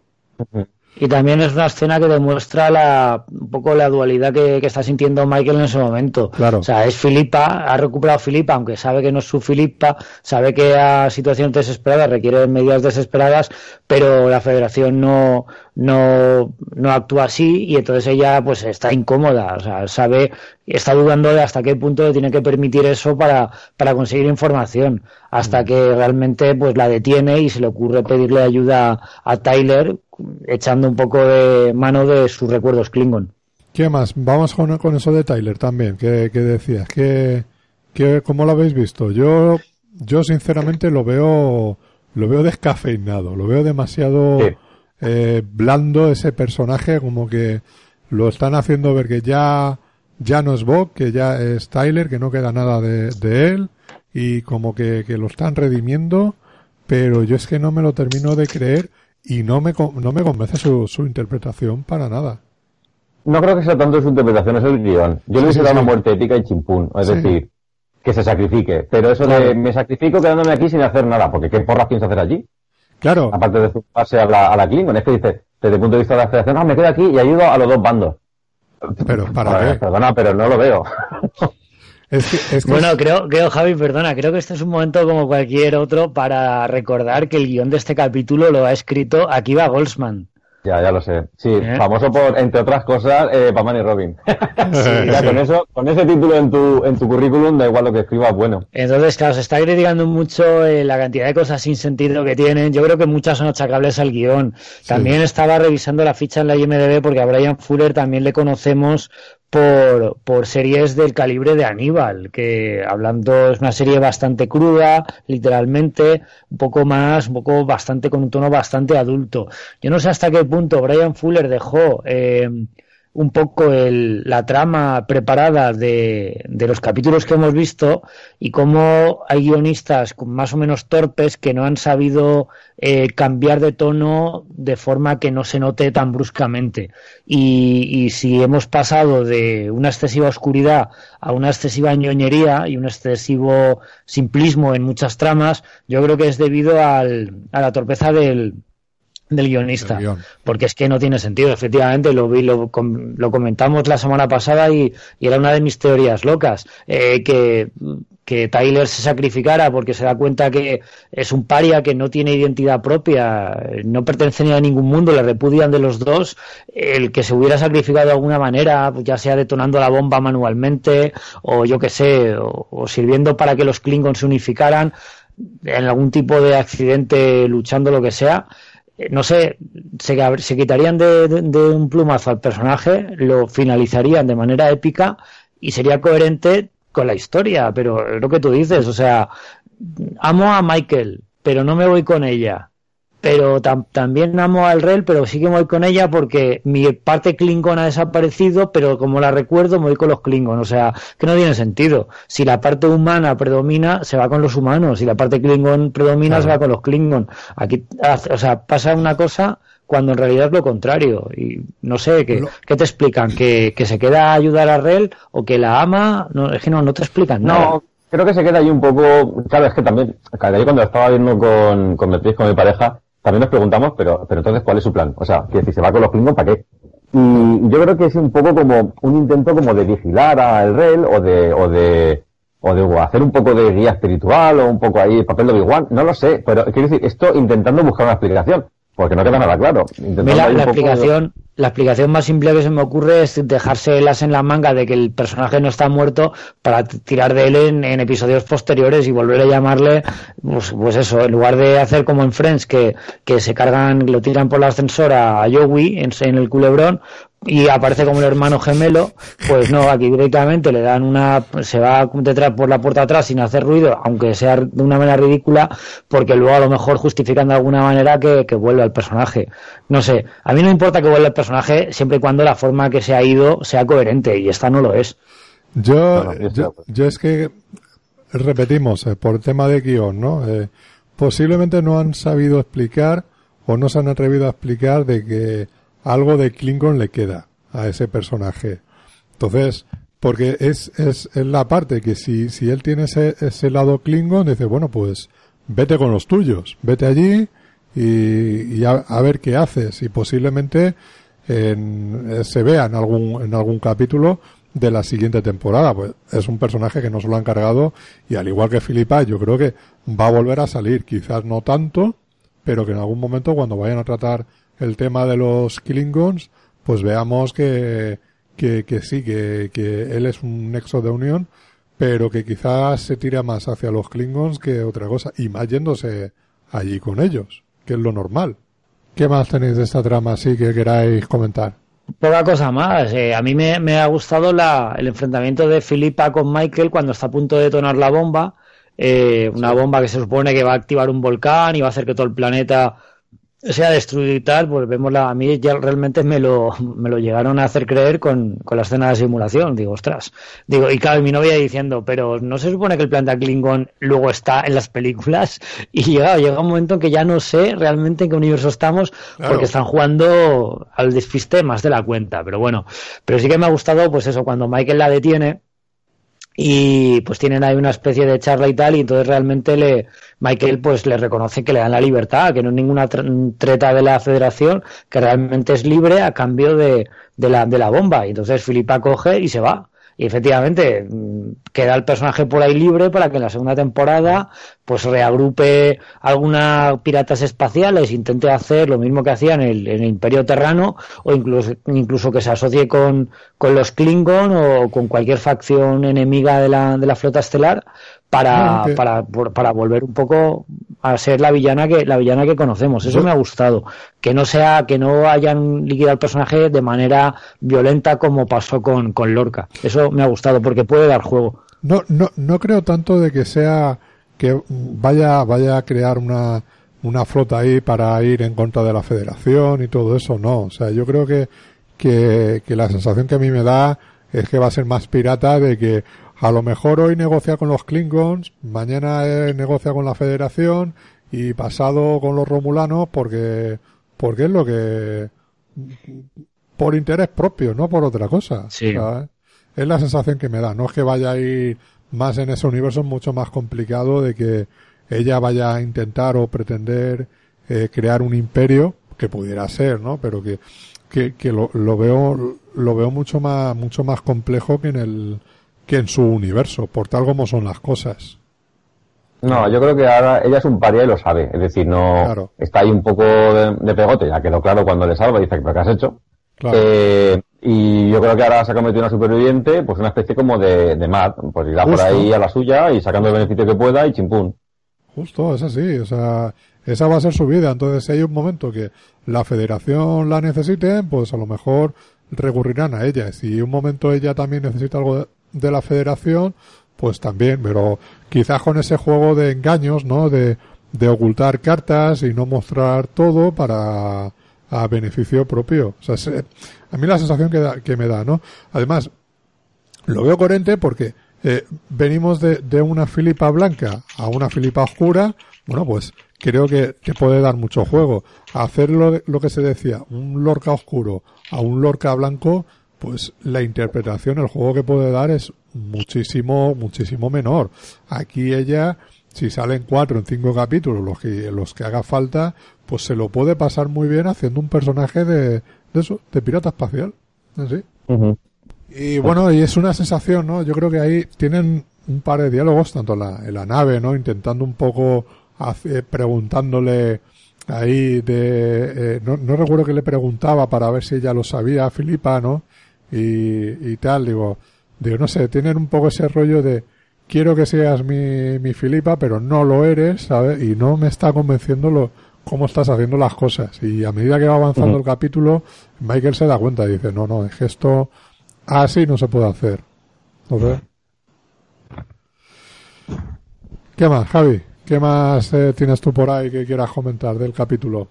Y también es una escena que demuestra la, un poco la dualidad que, que está sintiendo Michael en ese momento. Claro. O sea, es Filipa, ha recuperado Filipa, aunque sabe que no es su Filipa, sabe que a situaciones desesperadas requiere medidas desesperadas, pero la Federación no, no, no actúa así y entonces ella pues está incómoda. O sea, sabe, está dudando de hasta qué punto le tiene que permitir eso para, para conseguir información, hasta que realmente pues la detiene y se le ocurre pedirle ayuda a Tyler, echando un poco de mano de sus recuerdos Klingon. ¿Qué más? Vamos con, con eso de Tyler también, que, que decías, que, que ¿cómo lo habéis visto? Yo, yo sinceramente lo veo, lo veo descafeinado, lo veo demasiado sí. eh, blando ese personaje, como que lo están haciendo ver que ya, ya no es Bob, que ya es Tyler, que no queda nada de, de él, y como que, que lo están redimiendo, pero yo es que no me lo termino de creer. Y no me no me convence su, su interpretación para nada. No creo que sea tanto su interpretación, es el guión. Yo sí, le hubiese sí, dado sí. una muerte épica y chimpún. Es sí. decir, que se sacrifique. Pero eso claro. de me sacrifico quedándome aquí sin hacer nada. Porque ¿qué porras piensa hacer allí? Claro. Aparte de sumarse a la, a la Klingon. Es que dice, desde el punto de vista de la Federación, no, me quedo aquí y ayudo a los dos bandos. Pero, ¿para bueno, qué? Perdona, pero no lo veo. Es que, es que bueno, es... creo, creo, Javi, perdona, creo que este es un momento como cualquier otro para recordar que el guión de este capítulo lo ha escrito Akiva Goldsman. Ya, ya lo sé. Sí, ¿Eh? famoso por, entre otras cosas, eh, Batman y Robin. Sí, ya, sí. Con eso, con ese título en tu, en tu currículum, da igual lo que escribas, bueno. Entonces, claro, se está criticando mucho eh, la cantidad de cosas sin sentido que tienen. Yo creo que muchas son achacables al guión. Sí. También estaba revisando la ficha en la I M D B porque a Bryan Fuller también le conocemos por, por series del calibre de Aníbal, que hablando es una serie bastante cruda, literalmente, un poco más, un poco bastante, con un tono bastante adulto. Yo no sé hasta qué punto Bryan Fuller dejó eh, un poco el, la trama preparada de, de los capítulos que hemos visto y cómo hay guionistas más o menos torpes que no han sabido eh, cambiar de tono de forma que no se note tan bruscamente. Y, y si hemos pasado de una excesiva oscuridad a una excesiva ñoñería y un excesivo simplismo en muchas tramas, yo creo que es debido al, a la torpeza del del guionista, porque es que no tiene sentido. Efectivamente, lo vi, lo, lo comentamos la semana pasada y, y era una de mis teorías locas, eh, que que Tyler se sacrificara porque se da cuenta que es un paria, que no tiene identidad propia, no pertenece ni a ningún mundo, le repudian de los dos, el que se hubiera sacrificado de alguna manera, ya sea detonando la bomba manualmente o yo qué sé, o, o sirviendo para que los Klingons se unificaran en algún tipo de accidente, luchando, lo que sea, no sé, se, se quitarían de, de, de un plumazo al personaje, lo finalizarían de manera épica y sería coherente con la historia, pero es lo que tú dices, o sea, amo a Michael, pero no me voy con ella, pero tam- también amo a Rel, pero sí que me voy con ella porque mi parte Klingon ha desaparecido, pero como la recuerdo me voy con los Klingon, o sea, que no tiene sentido. Si la parte humana predomina, se va con los humanos, si la parte Klingon predomina, claro, se va con los Klingon. Aquí, o sea, pasa una cosa cuando en realidad es lo contrario, y no sé, ¿qué, ¿qué te explican? ¿Que, que se queda a ayudar a Rel o que la ama? No, es que no, no te explican nada. No, creo que se queda ahí un poco, claro, es que también, claro, yo cuando estaba viendo con, con Beatriz, con mi pareja, también nos preguntamos, pero, pero entonces, ¿cuál es su plan? O sea, que si se va con los Klingons, ¿para qué? Y yo creo que es un poco como un intento como de vigilar al Rel, o de, o de, o de hacer un poco de guía espiritual, o un poco ahí el papel de Obi-Wan, no lo sé, pero quiero decir, esto intentando buscar una explicación, porque no queda nada claro. La, la explicación, de... la explicación más simple que se me ocurre es dejarse el as en la manga de que el personaje no está muerto para tirar de él en, en episodios posteriores y volver a llamarle, pues, pues eso, en lugar de hacer como en Friends, que, que se cargan, lo tiran por el ascensor a, a Joey en, en el culebrón, y aparece como el hermano gemelo, pues no, aquí directamente le dan una, se va detrás por la puerta atrás sin hacer ruido, aunque sea de una manera ridícula, porque luego a lo mejor justifican de alguna manera que, que vuelva el personaje. No sé, a mí no importa que vuelva el personaje siempre y cuando la forma que se ha ido sea coherente, y esta no lo es. Yo, bueno, yo, yo es que repetimos, eh, por tema de guión, ¿no? Eh, posiblemente no han sabido explicar o no se han atrevido a explicar de que algo de Klingon le queda a ese personaje. Entonces, porque es, es, es la parte que si, si él tiene ese, ese lado Klingon, dice, bueno, pues vete con los tuyos, vete allí y, y a, a ver qué haces. Y posiblemente en, se vea en algún, en algún capítulo de la siguiente temporada. Pues es un personaje que no se lo han cargado y al igual que Philippa, yo creo que va a volver a salir. Quizás no tanto, pero que en algún momento cuando vayan a tratar el tema de los Klingons, pues veamos que, que, que sí, que, que él es un nexo de unión, pero que quizás se tira más hacia los Klingons que otra cosa, y más yéndose allí con ellos, que es lo normal. ¿Qué más tenéis de esta trama así que queráis comentar? Poca cosa más. Eh, a mí me, me ha gustado la, el enfrentamiento de Philippa con Michael cuando está a punto de detonar la bomba, eh, una bomba que se supone que va a activar un volcán y va a hacer que todo el planeta sea destruido y tal. Pues vemos la, a mí ya realmente me lo, me lo llegaron a hacer creer con, con la escena de simulación. Digo, ostras. Digo, y claro, mi novia diciendo, pero ¿no se supone que el planeta Klingon luego está en las películas? Y llega, llega un momento en que ya no sé realmente en qué universo estamos, claro, porque están jugando al despiste más de la cuenta. Pero bueno, pero sí que me ha gustado, pues eso, cuando Michael la detiene y pues tienen ahí una especie de charla y tal, y entonces realmente le Michael pues le reconoce que le dan la libertad, que no es ninguna treta de la Federación, que realmente es libre a cambio de, de la de la bomba. Y entonces Philippa coge y se va. Y efectivamente queda el personaje por ahí libre para que en la segunda temporada pues reagrupe algunas piratas espaciales, intente hacer lo mismo que hacía en el, en el Imperio Terrano, o incluso, incluso que se asocie con, con los Klingon o con cualquier facción enemiga de la, de la flota estelar para, okay. para, para volver un poco a ser la villana que, la villana que conocemos. Eso me ha gustado. Que no sea, que no hayan liquidado al personaje de manera violenta como pasó con, con Lorca. Eso me ha gustado porque puede dar juego. No, no, no creo tanto de que sea que vaya, vaya a crear una, una flota ahí para ir en contra de la Federación y todo eso, no. O sea, yo creo que, que, que la sensación que a mí me da es que va a ser más pirata, de que a lo mejor hoy negocia con los Klingons, mañana eh, negocia con la Federación y pasado con los Romulanos, porque, porque es lo que, por interés propio, no por otra cosa. Sí. O sea, es la sensación que me da. No es que vaya a ir más en ese universo, es mucho más complicado de que ella vaya a intentar o pretender eh, crear un imperio, que pudiera ser, ¿no? Pero que, que, que lo, lo veo, lo veo mucho más, mucho más complejo que en el, que en su universo, por tal como son las cosas. No, yo creo que ahora ella es un paria y lo sabe. Es decir, no Claro. está ahí un poco de, de pegote, ya quedó claro cuando le salva, dice, ¿pero qué has hecho? Claro. Eh, y yo creo que ahora se ha cometido una superviviente, pues una especie como de, de Matt, pues irá por Justo. ahí a la suya y sacando el beneficio que pueda y chimpún. Justo, es así, o sea, esa va a ser su vida. Entonces, si hay un momento que la federación la necesite, pues a lo mejor recurrirán a ella. Si un momento ella también necesita algo de, de la federación, pues también, pero quizás con ese juego de engaños, ¿no? De, de ocultar cartas y no mostrar todo para a beneficio propio. O sea, se, a mí la sensación que, da, que me da, ¿no? Además, lo veo coherente porque eh, venimos de, de una Filipa blanca a una Filipa oscura. Bueno, pues creo que, que puede dar mucho juego. Hacerlo lo, lo que se decía, un Lorca oscuro a un Lorca blanco, pues la interpretación, el juego que puede dar es muchísimo, muchísimo menor. Aquí ella, si salen cuatro en cinco capítulos, los que, los que haga falta, pues se lo puede pasar muy bien haciendo un personaje de, de eso, de pirata espacial. Así. Uh-huh. Y bueno, y es una sensación, ¿no? Yo creo que ahí tienen un par de diálogos, tanto en la, en la nave, ¿no? Intentando un poco, hace, preguntándole ahí de, eh, no, no recuerdo que le preguntaba para ver si ella lo sabía, Filipa, ¿no? Y, y tal, digo, digo, no sé, tienen un poco ese rollo de, quiero que seas mi, mi Filipa, pero no lo eres, ¿sabes? Y no me está convenciendo lo, cómo estás haciendo las cosas. Y a medida que va avanzando uh-huh. el capítulo, Michael se da cuenta y dice, no, no, es que esto así no se puede hacer. ¿Okay? ¿Qué más, Javi? ¿Qué más eh, tienes tú por ahí que quieras comentar del capítulo?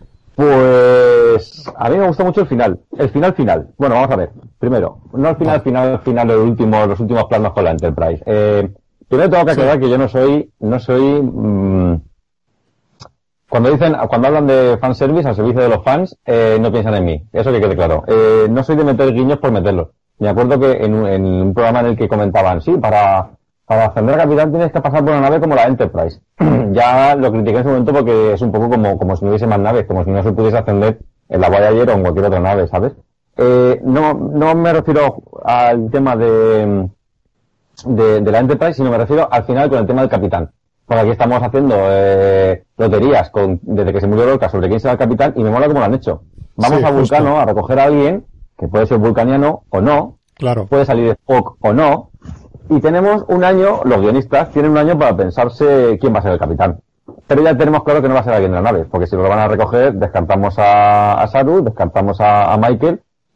Pues a mí me gustó mucho el final, el final final. Bueno, vamos a ver. Primero, no el final, final, final, el último, los últimos planos con la Enterprise. Eh, primero tengo que aclarar sí. que yo no soy, no soy, mmm, cuando dicen, cuando hablan de fanservice al servicio de los fans, eh, no piensan en mí. Eso que quede claro. Eh, no soy de meter guiños por meterlos. Me acuerdo que en un, en un programa en el que comentaban, sí, para Para ascender a capitán tienes que pasar por una nave como la Enterprise. Ya lo critiqué en su momento porque es un poco como, como si no hubiese más naves, como si no se pudiese ascender en la Voyager o en cualquier otra nave, ¿sabes? Eh, no, no me refiero al tema de, de, de la Enterprise, sino me refiero al final con el tema del capitán. Porque aquí estamos haciendo eh, loterías con, desde que se murió Lorca sobre quién será el capitán y me mola cómo lo han hecho. Vamos sí, a Vulcano justo. a recoger a alguien que puede ser vulcaniano o no, claro. puede salir de Spock o no. Y tenemos un año, los guionistas tienen un año para pensarse quién va a ser el capitán. Pero ya tenemos claro que no va a ser alguien de la nave, porque si lo van a recoger, descartamos a, a Saru, descartamos a, a Michael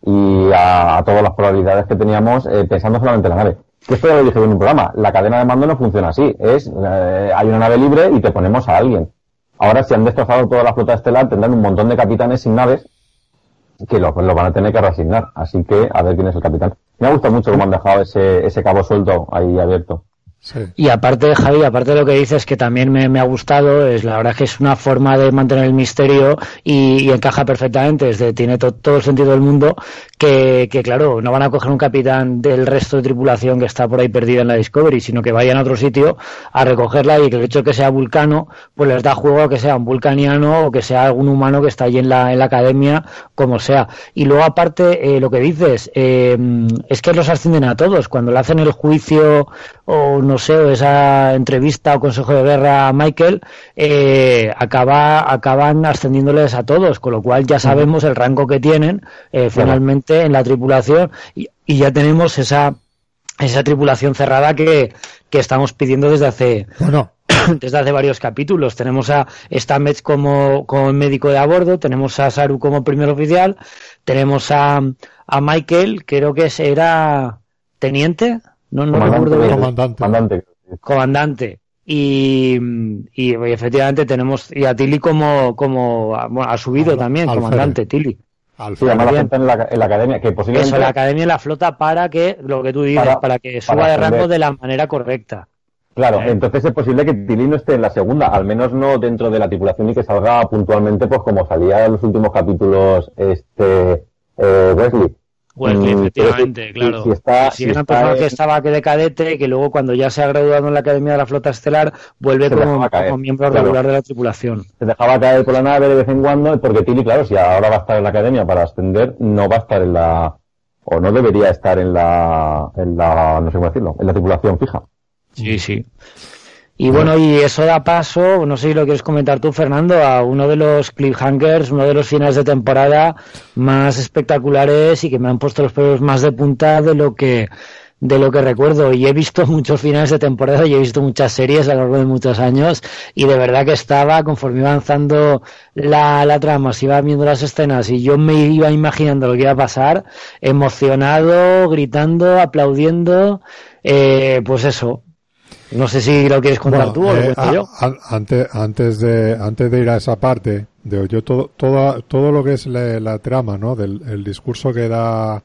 y a, a todas las probabilidades que teníamos eh, pensando solamente en la nave. Que esto ya lo dije en un programa, la cadena de mando no funciona así, es eh, hay una nave libre y te ponemos a alguien. Ahora, si han destrozado toda la flota estelar, tendrán un montón de capitanes sin naves que lo, lo van a tener que reasignar. Así que, a ver quién es el capitán. Me ha gustado mucho cómo han dejado ese, ese cabo suelto ahí abierto. Sí. Y aparte, Javi, aparte de lo que dices, que también me, me ha gustado, es la verdad que es una forma de mantener el misterio y, y encaja perfectamente, es de, tiene to, todo el sentido del mundo, que, que claro, no van a coger un capitán del resto de tripulación que está por ahí perdida en la Discovery, sino que vayan a otro sitio a recogerla y que el hecho de que sea vulcano, pues les da juego a que sea un vulcaniano o que sea algún humano que está allí en la, en la academia, como sea. Y luego aparte, eh, lo que dices, eh, es que los ascienden a todos, cuando le hacen el juicio o no sé, o esa entrevista o consejo de guerra a Michael, eh, acaba, acaban ascendiéndoles a todos, con lo cual ya sabemos el rango que tienen eh, finalmente en la tripulación y, y ya tenemos esa esa tripulación cerrada que, que estamos pidiendo desde hace bueno. desde hace varios capítulos. Tenemos a Stamets como, como médico de a bordo, tenemos a Saru como primer oficial, tenemos a, a Michael, creo que era teniente, no, no recuerdo bien. Comandante. Comandante. Comandante. Y, y, y efectivamente tenemos y a Tilly como, como bueno, ha subido al, también, al comandante Fere. Tilly. Al sí, además la gente en la, en la academia, que posiblemente... Eso, la academia y la flota para que, lo que tú dices, para, para que suba para de rango de la manera correcta. Claro, ¿Eh? Entonces es posible que Tilly no esté en la segunda, al menos no dentro de la tripulación y que salga puntualmente, pues como salía en los últimos capítulos este eh, Wesley. Wesley, efectivamente, si, claro. Si, está, si, si si una está persona en... que estaba de cadete, que luego cuando ya se ha graduado en la Academia de la Flota Estelar, vuelve como, como miembro claro. regular de la tripulación. Se dejaba caer por la nave de vez en cuando, porque Tilly, claro, si ahora va a estar en la Academia para ascender, no va a estar en la o no debería estar en la, en la, no sé cómo decirlo, en la tripulación fija. Sí, sí. Y bueno, y eso da paso, no sé si lo quieres comentar tú, Fernando, a uno de los cliffhangers, uno de los finales de temporada más espectaculares y que me han puesto los pelos más de punta de lo que de lo que recuerdo. Y he visto muchos finales de temporada y he visto muchas series a lo largo de muchos años y de verdad que estaba, conforme iba avanzando la, la trama, se iba viendo las escenas y yo me iba imaginando lo que iba a pasar, emocionado, gritando, aplaudiendo, eh, pues eso. No sé si lo quieres contar bueno, tú o lo eh, cuento yo. A, a, antes, antes de antes de ir a esa parte, de, yo todo todo todo lo que es la, la trama, ¿no? Del el discurso que da,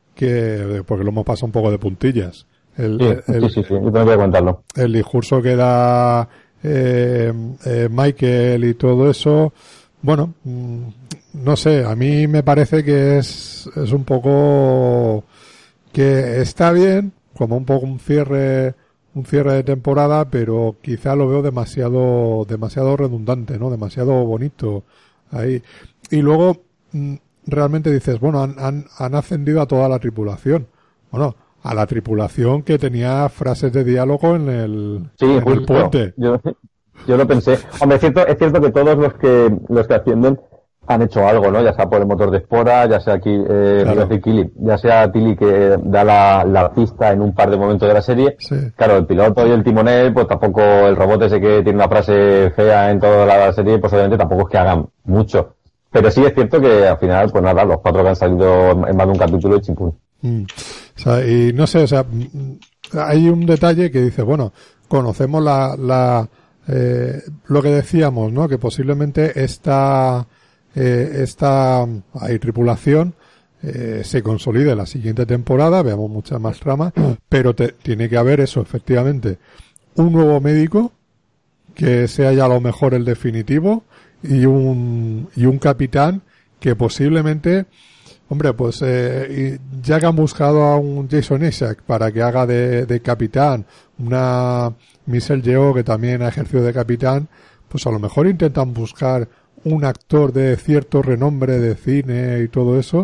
que porque lo hemos pasado un poco de puntillas. El, sí, el, sí, sí, sí, yo tengo que contarlo. El discurso que da eh, eh, Michael y todo eso, bueno, no sé, a mí me parece que es es un poco que está bien, como un poco un cierre. un cierre de temporada, pero quizá lo veo demasiado demasiado redundante, ¿no? Demasiado bonito ahí. Y luego mm, realmente dices, bueno, han, han, han ascendido a toda la tripulación. Bueno, a la tripulación que tenía frases de diálogo en el, sí, en justo. el puente. Yo, yo lo pensé. Hombre, es cierto, es cierto que todos los que los que ascienden han hecho algo, ¿no? Ya sea por el motor de espora, ya sea aquí, eh, claro. Kili, ya sea Tilly que da la, la pista en un par de momentos de la serie. Sí. Claro, el piloto y el timonel, pues tampoco, el robot ese que tiene una frase fea en toda la serie, pues obviamente tampoco es que hagan mucho. Pero sí es cierto que al final, pues nada, los cuatro que han salido en más de un capítulo y chimpún. Mm. O sea, y no sé, o sea, hay un detalle que dice, bueno, conocemos la, la, eh, lo que decíamos, ¿no? Que posiblemente esta, Eh, esta hay tripulación eh, se consolide la siguiente temporada, veamos mucha más trama, pero te, tiene que haber eso, efectivamente, un nuevo médico que sea ya a lo mejor el definitivo y un y un capitán que posiblemente, hombre, pues eh, ya que han buscado a un Jason Isaac para que haga de, de capitán, una Michelle Yeoh que también ha ejercido de capitán, pues a lo mejor intentan buscar un actor de cierto renombre de cine y todo eso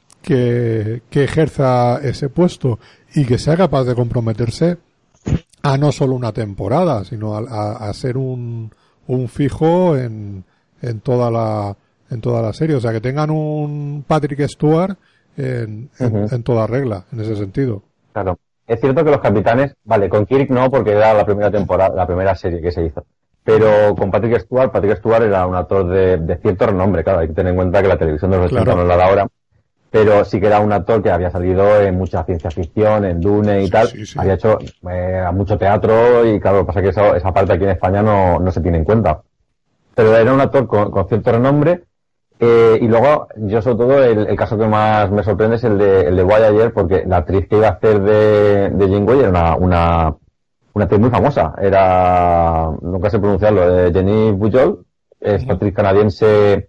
que, que ejerza ese puesto y que sea capaz de comprometerse a no solo una temporada, sino a, a, a ser un, un fijo en, en toda la en toda la serie. O sea, que tengan un Patrick Stewart en, en, uh-huh. en toda regla, en ese sentido. Claro. Es cierto que los capitanes, vale, con Kirk no, porque era la primera temporada, la primera serie que se hizo. Pero con Patrick Stewart, Patrick Stewart era un actor de, de cierto renombre, claro, hay que tener en cuenta que la televisión de los ochenta claro. no es la de ahora, pero sí que era un actor que había salido en mucha ciencia ficción, en Dune y sí, tal, sí, sí. había hecho eh, mucho teatro y claro, lo que pasa es que esa, esa parte aquí en España no, no se tiene en cuenta. Pero era un actor con, con cierto renombre, eh, y luego, yo sobre todo, el, el caso que más me sorprende es el de, el de Voyager, porque la actriz que iba a hacer de, de Janeway era una, una Una actriz muy famosa, era, nunca sé pronunciarlo, eh, Jenny Bujold, es una actriz canadiense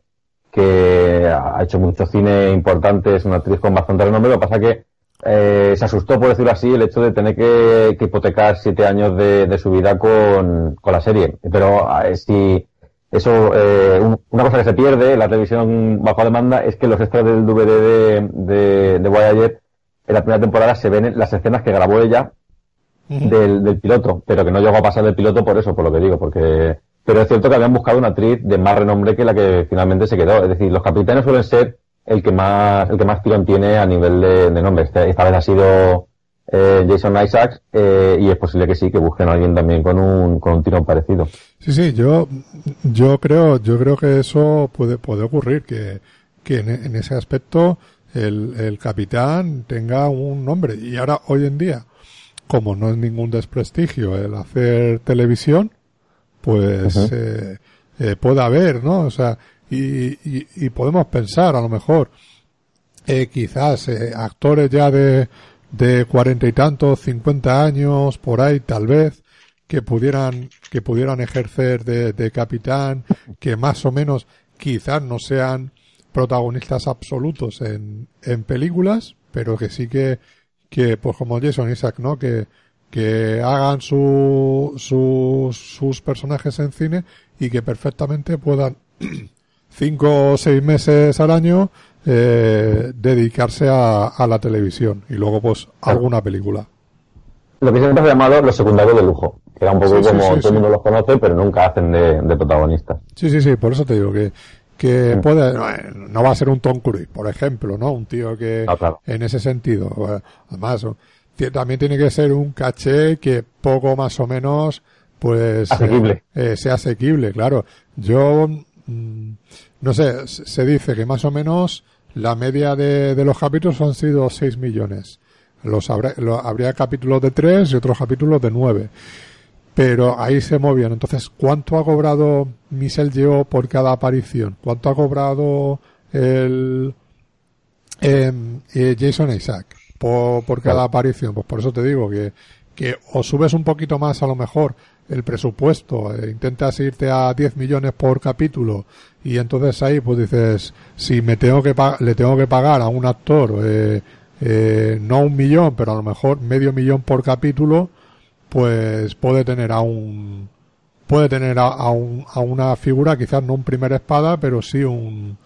que ha hecho mucho cine importante, es una actriz con bastante renombre, lo que pasa que eh, se asustó, por decirlo así, el hecho de tener que, que hipotecar siete años de, de su vida con, con la serie. Pero eh, si eso, eh, un, una cosa que se pierde en la televisión bajo demanda es que los extras del D V D de, de, de Voyager en la primera temporada se ven las escenas que grabó ella Del, del piloto, pero que no llegó a pasar del piloto por eso, por lo que digo, porque pero es cierto que habían buscado una actriz de más renombre que la que finalmente se quedó. Es decir, los capitanes suelen ser el que más el que más tirón tiene a nivel de, de nombre. Esta, esta vez ha sido eh, Jason Isaacs eh, y es posible que sí, que busquen a alguien también con un con un tirón parecido. Sí, sí, yo yo creo yo creo que eso puede puede ocurrir, que que en, en ese aspecto el el capitán tenga un nombre. Y ahora hoy en día, como no es ningún desprestigio el hacer televisión, pues uh-huh. eh, eh, puede haber, ¿no? O sea, y, y, y podemos pensar, a lo mejor, eh, quizás eh, actores ya de de cuarenta y tantos, cincuenta años, por ahí, tal vez, que pudieran que pudieran ejercer de, de capitán, que más o menos quizás no sean protagonistas absolutos en en películas, pero que sí que que pues como Jason Isaac, ¿no? Que que hagan su, su sus personajes en cine y que perfectamente puedan cinco o seis meses al año eh, dedicarse a, a la televisión y luego pues alguna película. Lo que siempre se ha llamado los secundarios de lujo, que era un poco Sí, sí, como sí, todo sí. el mundo los conoce, pero nunca hacen de, de protagonistas. Sí, sí, sí, por eso te digo que que Mm. puede, no, no va a ser un Tom Cruise, por ejemplo, ¿no? Un tío que Ah, claro. en ese sentido, eh, además t- también tiene que ser un caché que poco más o menos pues Asequible. eh, eh, sea asequible, claro. Yo mm, no sé, se se dice que más o menos la media de, de los capítulos han sido seis millones. Los habrá, lo- habría capítulos de tres y otros capítulos de nueve. Pero ahí se movían. Entonces, ¿cuánto ha cobrado Michelle Yeoh por cada aparición? ¿Cuánto ha cobrado el eh, eh, Jason Isaac por, por cada Claro. aparición? Pues por eso te digo que, que o subes un poquito más a lo mejor el presupuesto, eh, intentas irte a diez millones por capítulo y entonces ahí pues dices, si me tengo que pa- le tengo que pagar a un actor eh, eh, no un millón, pero a lo mejor medio millón por capítulo, pues puede tener a un puede tener a, a, un, a una figura, quizás no un primer espada, pero sí un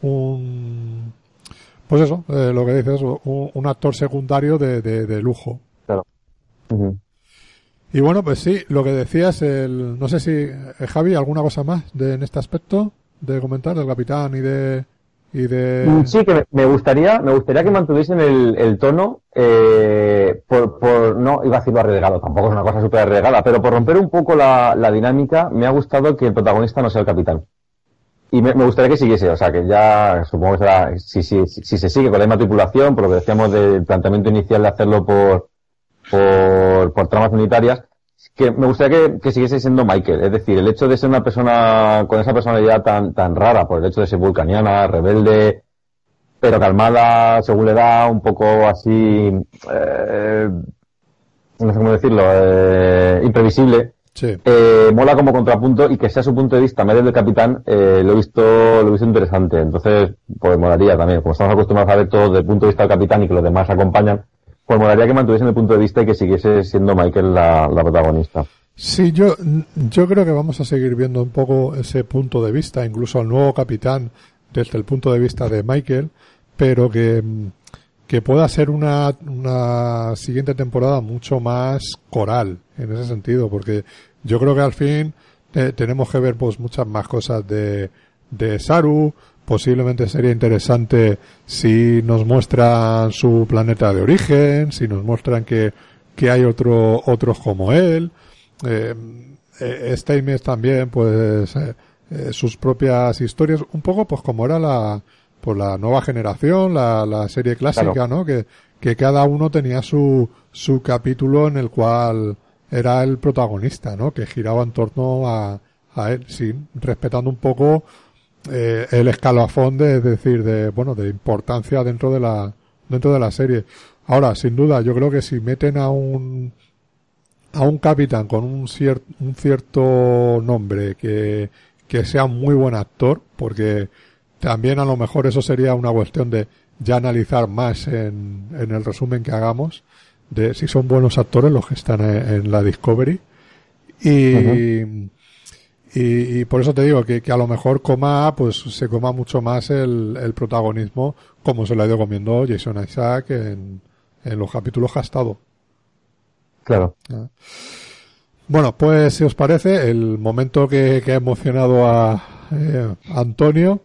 un pues eso, eh, lo que dices, un, un actor secundario de, de, de lujo. Claro. Ujú. Y bueno, pues sí, lo que decías, el, no sé si, eh, Javi, ¿alguna cosa más de, en este aspecto de comentar del Capitán y de y de Mm, Sí, que me- me gustaría, me gustaría que mantuviesen el, el tono, eh, por, por, no iba a decirlo arriesgado, tampoco es una cosa súper arriesgada, pero por romper un poco la, la dinámica, me ha gustado que el protagonista no sea el capitán. Y me, me gustaría que siguiese, o sea, que ya supongo que será, si, si, si, si se sigue con la misma tripulación, por lo que decíamos del planteamiento inicial de hacerlo por, por, por tramas unitarias, que me gustaría que, que siguiese siendo Michael. Es decir, el hecho de ser una persona con esa personalidad tan, tan rara, por el hecho de ser vulcaniana, rebelde, pero calmada, según le da, un poco así, eh, no sé cómo decirlo, eh, imprevisible. sí, Eh, mola como contrapunto y que sea su punto de vista, en vez del del capitán, eh, lo he visto, lo he visto interesante. Entonces, pues molaría también, como estamos acostumbrados a ver todo desde el punto de vista del capitán y que los demás acompañan, pues molaría que mantuviesen el punto de vista y que siguiese siendo Michael la, la protagonista. sí, yo yo creo que vamos a seguir viendo un poco ese punto de vista, incluso al nuevo capitán desde el punto de vista de Michael, pero que que pueda ser una una siguiente temporada mucho más coral en ese sentido, porque yo creo que al fin eh, tenemos que ver pues muchas más cosas de de Saru. Posiblemente sería interesante si nos muestran su planeta de origen, si nos muestran que, que hay otro, otros como él. Eh, eh, Stamets también, pues, eh, eh, sus propias historias, un poco pues como era la, pues la nueva generación, la, la serie clásica, Claro. ¿no? Que, que cada uno tenía su, su capítulo en el cual era el protagonista, ¿no? Que giraba en torno a, a él, sí, respetando un poco eh, el escalafón de, es decir, de, bueno, de importancia dentro de la, dentro de la serie. Ahora, sin duda, yo creo que si meten a un, a un capitán con un cierto, un cierto nombre que, que sea un muy buen actor, porque también a lo mejor eso sería una cuestión de ya analizar más en, en el resumen que hagamos de si son buenos actores los que están en, en la Discovery. Y, uh-huh. y, y por eso te digo que, que a lo mejor coma, pues se coma mucho más el, el protagonismo como se lo ha ido comiendo Jason Isaac en, en los capítulos que ha estado. Claro. ¿Ah? Bueno, pues si os parece, el momento que, que ha emocionado a eh, Antonio.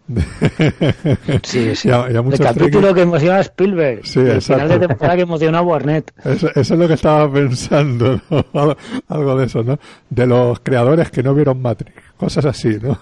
Sí, sí. Y a, y a el capítulo trekkies que emociona a Spielberg. Sí, el final de temporada que emociona a Warner. Eso, eso es lo que estaba pensando, ¿no? Algo, algo de eso, ¿no? De los creadores que no vieron Matrix, cosas así, ¿no?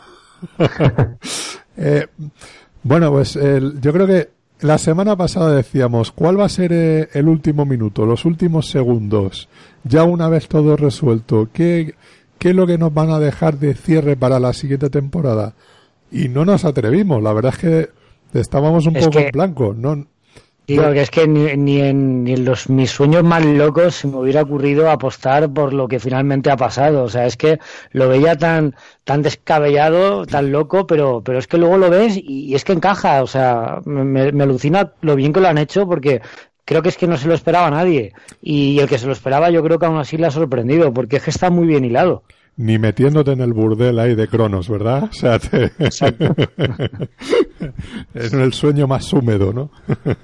eh, bueno, pues el, yo creo que la semana pasada decíamos, ¿cuál va a ser eh, el último minuto, los últimos segundos? Ya una vez todo resuelto, ¿qué, qué es lo que nos van a dejar de cierre para la siguiente temporada? Y no nos atrevimos, la verdad es que estábamos un es poco que, en blanco. No, digo no, que es que ni, ni, en, ni en los mis sueños más locos se me hubiera ocurrido apostar por lo que finalmente ha pasado. O sea, es que lo veía tan tan descabellado, tan loco, pero pero es que luego lo ves y, y es que encaja. O sea, me, me alucina lo bien que lo han hecho porque creo que es que no se lo esperaba a nadie. Y el que se lo esperaba yo creo que aún así le ha sorprendido porque es que está muy bien hilado. Ni metiéndote en el burdel ahí de Cronos, ¿verdad? O sea, te... En el sueño más húmedo, ¿no?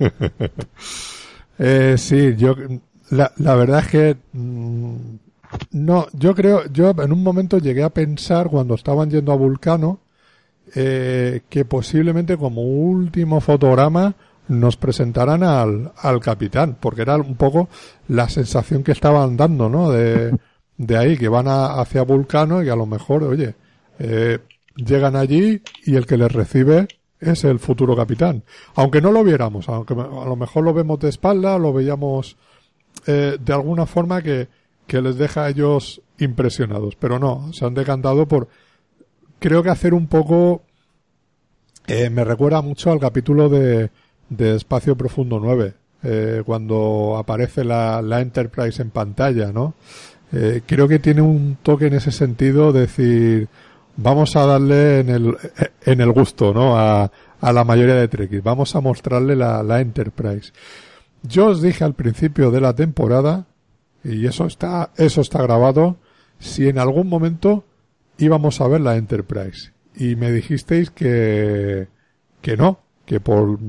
eh, sí, yo la, la verdad es que mmm, no, yo creo, yo en un momento llegué a pensar cuando estaban yendo a Vulcano eh, que posiblemente como último fotograma nos presentaran al, al capitán, porque era un poco la sensación que estaban dando, ¿no? De, de ahí, que van a, hacia Vulcano y a lo mejor, oye, eh, llegan allí y el que les recibe es el futuro capitán. Aunque no lo viéramos, aunque a lo mejor lo vemos de espalda, lo veíamos eh, de alguna forma que, que les deja a ellos impresionados, pero no, se han decantado por, creo que hacer un poco, eh, me recuerda mucho al capítulo de de Espacio Profundo nueve, eh, cuando aparece la, la Enterprise en pantalla, ¿no? Eh, creo que tiene un toque en ese sentido, decir, vamos a darle en el, en el gusto, ¿no? A, a la mayoría de Trekkies, vamos a mostrarle la, la Enterprise. Yo os dije al principio de la temporada, y eso está, eso está grabado, si en algún momento íbamos a ver la Enterprise. Y me dijisteis que, que no, que por,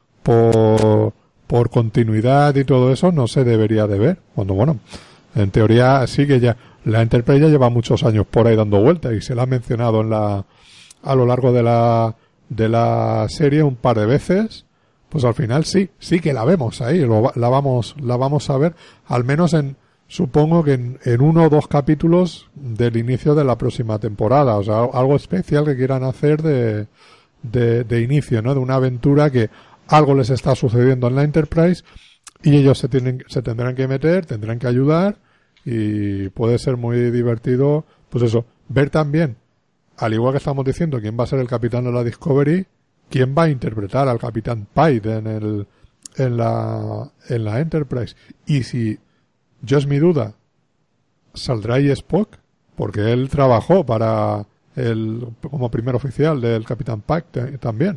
por por continuidad y todo eso no se debería de ver, cuando bueno, en teoría sí que ya la Enterprise ya lleva muchos años por ahí dando vueltas y se la ha mencionado en la a lo largo de la de la serie un par de veces, pues al final sí, sí que la vemos ahí, lo, la vamos la vamos a ver al menos en, supongo que en, en uno o dos capítulos del inicio de la próxima temporada, o sea, algo especial que quieran hacer de de, de inicio, ¿no? De una aventura que algo les está sucediendo en la Enterprise y ellos se tienen, se tendrán que meter, tendrán que ayudar y puede ser muy divertido, pues eso, ver también, al igual que estamos diciendo, quién va a ser el capitán de la Discovery, quién va a interpretar al capitán Pike en el, en la, en la Enterprise. Y si, yo es mi duda, ¿saldrá ahí Spock? Porque él trabajó para el, como primer oficial del capitán Pike t- también.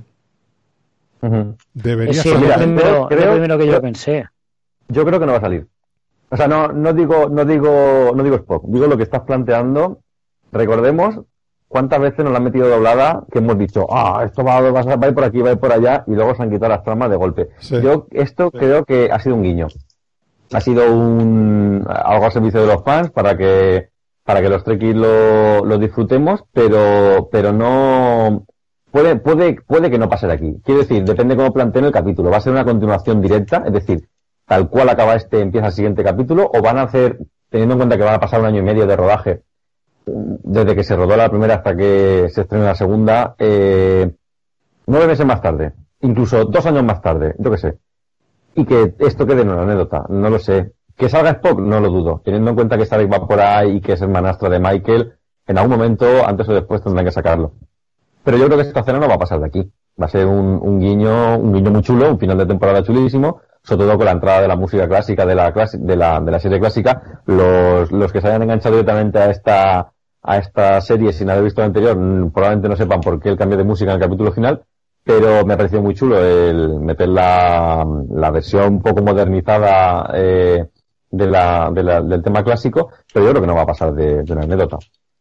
Uh-huh. Debería sí, salir. lo primero, creo, lo primero que creo, yo pensé. Yo creo que no va a salir. O sea, no, no digo, no digo, no digo Spock, digo lo que estás planteando. Recordemos cuántas veces nos la han metido doblada que hemos dicho, ah, esto va, va, va a ir por aquí, va a ir por allá, y luego se han quitado las tramas de golpe. Sí. Yo esto sí. creo que ha sido un guiño. Ha sido un algo al servicio de los fans para que para que los Trekkies lo, lo disfrutemos, pero pero no puede puede puede que no pase de aquí. Quiero decir, depende cómo planteen el capítulo. Va a ser una continuación directa, es decir, tal cual acaba este, empieza el siguiente capítulo, o van a hacer, teniendo en cuenta que van a pasar un año y medio de rodaje, desde que se rodó la primera hasta que se estrene la segunda, eh, nueve meses más tarde, incluso dos años más tarde, yo qué sé. Y que esto quede en una anécdota, no lo sé. Que salga Spock, no lo dudo. Teniendo en cuenta que Sarek va por ahí y que es hermanastra de Michael, en algún momento, antes o después, tendrán que sacarlo. Pero yo creo que esta escena no va a pasar de aquí. Va a ser un, un guiño, un guiño muy chulo, un final de temporada chulísimo, sobre todo con la entrada de la música clásica de la clase, de la, de la serie clásica. Los, los que se hayan enganchado directamente a esta, a esta serie sin haber visto la anterior, probablemente no sepan por qué el cambio de música en el capítulo final. Pero me ha parecido muy chulo el meter la, la versión un poco modernizada eh, de la, de la, del tema clásico, pero yo creo que no va a pasar de, de una anécdota.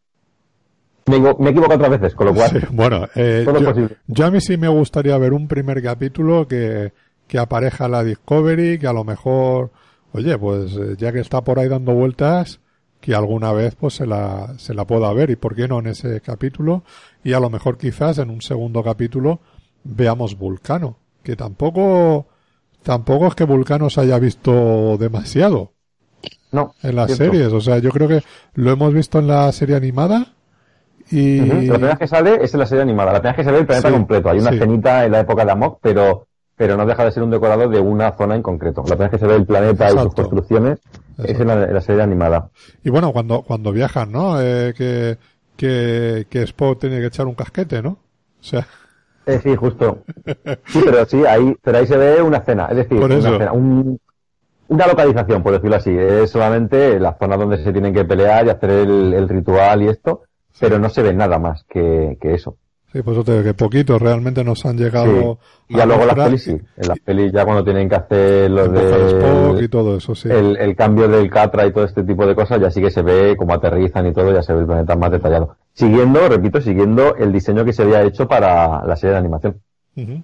Me, me he equivocado otras veces, con lo cual... Sí, bueno, eh, todo yo, posible. Yo a mí sí me gustaría ver un primer capítulo que, que apareja la Discovery, que a lo mejor, oye, pues ya que está por ahí dando vueltas, que alguna vez pues se la, se la pueda ver, y por qué no en ese capítulo, y a lo mejor quizás en un segundo capítulo veamos Vulcano, que tampoco tampoco es que Vulcano se haya visto demasiado no, en las cierto. series, o sea, yo creo que lo hemos visto en la serie animada y... Uh-huh. La primera vez que sale es en la serie animada, la primera vez que se ve el planeta sí, completo, hay una sí. escenita en la época de Amok, pero pero no deja de ser un decorado de una zona en concreto. La primera vez que se ve el planeta Exacto. y sus construcciones Exacto. es en la, en la serie animada. Y bueno, cuando cuando viajan, ¿no? Eh, que, que, que Spock tiene que echar un casquete, ¿no? O sea... Eh, sí, justo. Sí, pero sí, ahí, pero ahí se ve una escena, es decir, una, escena, un, una localización, por decirlo así. Es solamente la zona donde se tienen que pelear y hacer el, el ritual y esto, sí. pero no se ve nada más que, que eso. Sí, pues eso te digo, que poquitos realmente nos han llegado. Sí. Y ya luego las pelis, sí. En las pelis ya cuando tienen que hacer lo de Spock y todo eso, sí. El, el cambio del Catra y todo este tipo de cosas, ya sí que se ve cómo aterrizan y todo, ya se ve el planeta más detallado. Siguiendo, repito, siguiendo el diseño que se había hecho para la serie de animación. Uh-huh.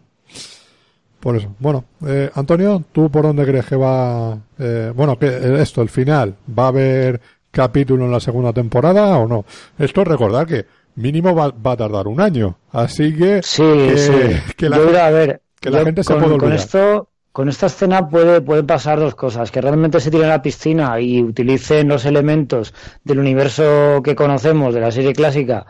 Por eso. Bueno, eh, Antonio, ¿tú por dónde crees que va? Eh, bueno, que esto, el final, ¿va a haber capítulo en la segunda temporada o no? Esto recordar que mínimo va, va a tardar un año, así que sí, que, sí. que la, yo, a ver, que la gente se con, puede olvidar. Con esto, con esta escena puede, pueden pasar dos cosas, que realmente se tiren a la piscina y utilicen los elementos del universo que conocemos de la serie clásica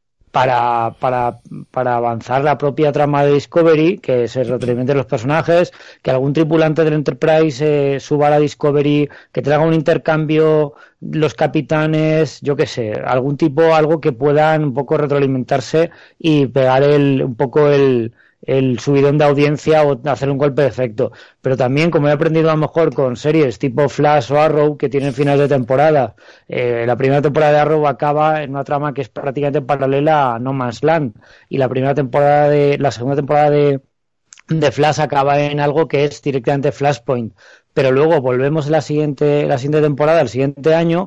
para, para, para avanzar la propia trama de Discovery, que se retroalimenten los personajes, que algún tripulante del Enterprise eh, suba a la Discovery, que traiga un intercambio los capitanes, yo qué sé, algún tipo, algo que puedan un poco retroalimentarse y pegar el, un poco el, el subidón de audiencia o hacer un golpe de efecto. Pero también, como he aprendido a lo mejor con series tipo Flash o Arrow, que tienen finales de temporada, eh, la primera temporada de Arrow acaba en una trama que es prácticamente paralela a No Man's Land, y la primera temporada de, la segunda temporada de, de Flash acaba en algo que es directamente Flashpoint. Pero luego volvemos la siguiente, la siguiente temporada, el siguiente año,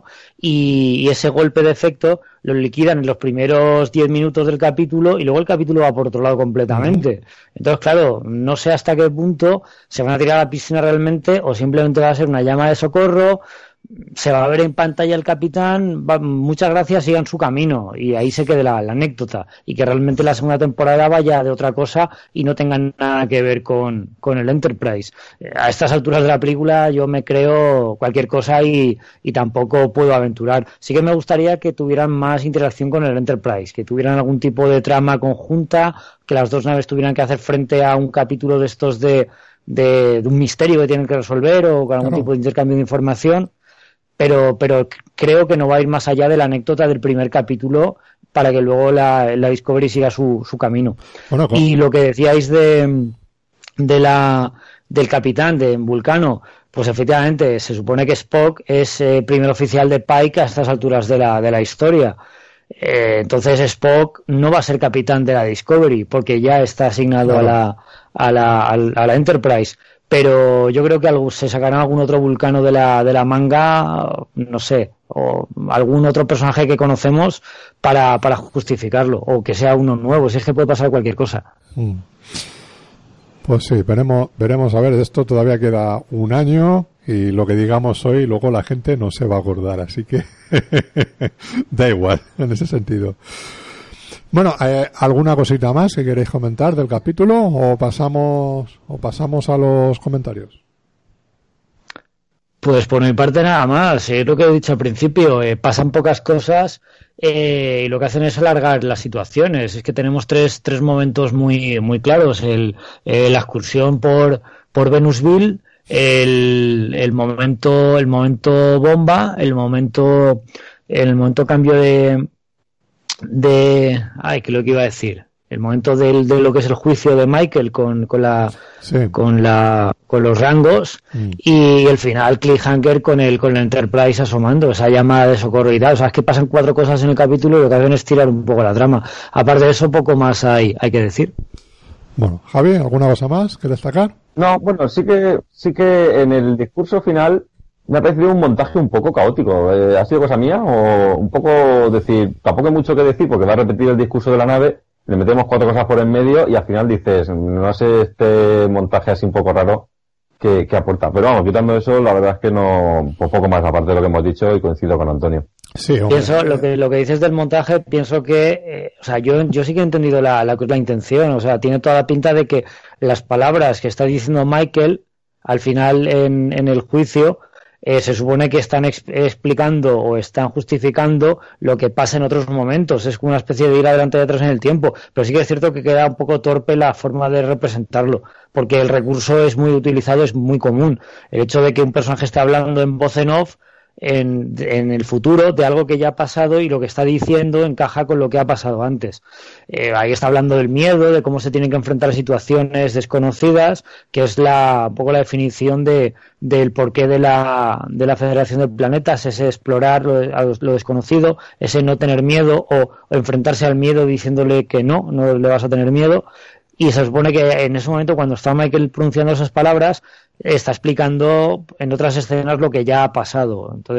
y, y ese golpe de efecto lo liquidan en los primeros diez minutos del capítulo y luego el capítulo va por otro lado completamente. Entonces, claro, no sé hasta qué punto se van a tirar a la piscina realmente o simplemente va a ser una llama de socorro, se va a ver en pantalla el capitán, va, muchas gracias, sigan su camino, y ahí se quede la, la anécdota, y que realmente la segunda temporada vaya de otra cosa y no tenga nada que ver con, con el Enterprise. Eh, a estas alturas de la película yo me creo cualquier cosa y, y tampoco puedo aventurar. Sí que me gustaría que tuvieran más interacción con el Enterprise, que tuvieran algún tipo de trama conjunta, que las dos naves tuvieran que hacer frente a un capítulo de estos de, de, de un misterio que tienen que resolver, o con algún Claro. tipo de intercambio de información. Pero, pero creo que no va a ir más allá de la anécdota del primer capítulo para que luego la, la Discovery siga su, su camino. Bueno, con... Y lo que decíais de, de la, del capitán de Vulcano, pues efectivamente se supone que Spock es eh, primer oficial de Pike a estas alturas de la, de la historia. Eh, entonces Spock no va a ser capitán de la Discovery porque ya está asignado claro. a, la, a, la, a la Enterprise. Pero yo creo que algo, se sacará algún otro vulcano de la, de la manga, no sé, o algún otro personaje que conocemos para, para justificarlo, o que sea uno nuevo, si es que puede pasar cualquier cosa. Mm. Pues sí, veremos, veremos a ver, de esto todavía queda un año y lo que digamos hoy luego la gente no se va a acordar, así que da igual en ese sentido. Bueno, eh, ¿alguna cosita más que queréis comentar del capítulo o pasamos o pasamos a los comentarios? Pues por mi parte nada más, es eh, lo que he dicho al principio, eh, pasan pocas cosas eh, y lo que hacen es alargar las situaciones. Es que tenemos tres tres momentos muy muy claros, el eh, la excursión por por Venusville, el el momento el momento bomba, el momento el momento cambio de de ay que lo que iba a decir el momento del, de lo que es el juicio de Michael con, con la sí. con la con los rangos mm. y el final cliffhanger con el con el Enterprise asomando, esa llamada de socorro y tal. O sea, es que pasan cuatro cosas en el capítulo y lo que hacen es tirar un poco la trama. Aparte de eso, poco más hay hay que decir. Bueno, Javi, ¿alguna cosa más que destacar? No, bueno, sí que sí que en el discurso final me ha parecido un montaje un poco caótico. Eh, ¿Ha sido cosa mía? O un poco decir, tampoco hay mucho que decir porque va a repetir el discurso de la nave, le metemos cuatro cosas por en medio y al final dices, no sé, este montaje así un poco raro que, que aporta. Pero vamos, quitando eso, la verdad es que no, pues poco más aparte de lo que hemos dicho y coincido con Antonio. Sí, hombre. Pienso, lo que, lo que dices del montaje, pienso que, eh, o sea, yo, yo sí que he entendido la, la, la intención, o sea, tiene toda la pinta de que las palabras que está diciendo Michael al final en, en el juicio, Eh, se supone que están exp- explicando o están justificando lo que pasa en otros momentos. Es como una especie de ir adelante y atrás en el tiempo. Pero sí que es cierto que queda un poco torpe la forma de representarlo, porque el recurso es muy utilizado, es muy común. El hecho de que un personaje esté hablando en voz en off en, en el futuro de algo que ya ha pasado y lo que está diciendo encaja con lo que ha pasado antes. Eh, ahí está hablando del miedo, de cómo se tienen que enfrentar a situaciones desconocidas, que es la, un poco la definición de, del porqué de la, de la Federación de Planetas, ese explorar lo, lo desconocido, ese no tener miedo o, o enfrentarse al miedo diciéndole que no, no le vas a tener miedo. Y se supone que en ese momento, cuando está Michael pronunciando esas palabras, está explicando en otras escenas lo que ya ha pasado. Entonces,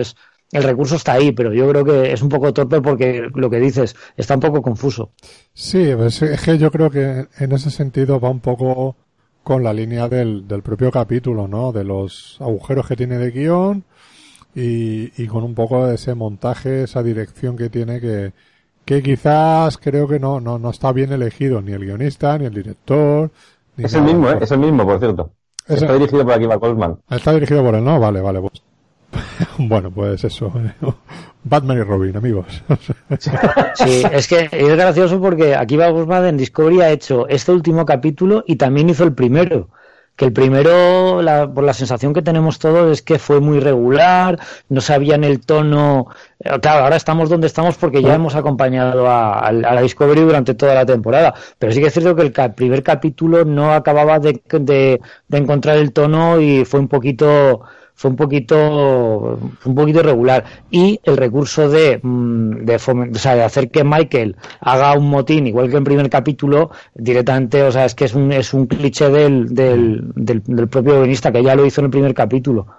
el recurso está ahí, pero yo creo que es un poco torpe porque lo que dices está un poco confuso. Sí, pues es que yo creo que en ese sentido va un poco con la línea del, del propio capítulo, ¿no? De los agujeros que tiene de guión y, y con un poco de ese montaje, esa dirección que tiene que, que quizás creo que no, no, no está bien elegido ni el guionista, ni el director. Ni es el mismo, ¿eh? Es el mismo, por cierto. Es está el... dirigido por Akiva Goldsman. Está dirigido por él, ¿no? Vale, vale. Pues... bueno, pues eso. Batman y Robin, amigos. Sí, es que es gracioso porque Akiva Goldsman en Discovery ha hecho este último capítulo y también hizo el primero. Que el primero, la, por la sensación que tenemos todos, es que fue muy regular, no sabían el tono. Claro, ahora estamos donde estamos porque ya hemos acompañado a, a la Discovery durante toda la temporada. Pero sí que es cierto que el ca- primer capítulo no acababa de, de, de encontrar el tono y fue un poquito. fue un poquito un poquito irregular, y el recurso de de, foment, o sea, de hacer que Michael haga un motín igual que en el primer capítulo directamente, o sea, es que es un es un cliché del del, del, del propio guionista que ya lo hizo en el primer capítulo.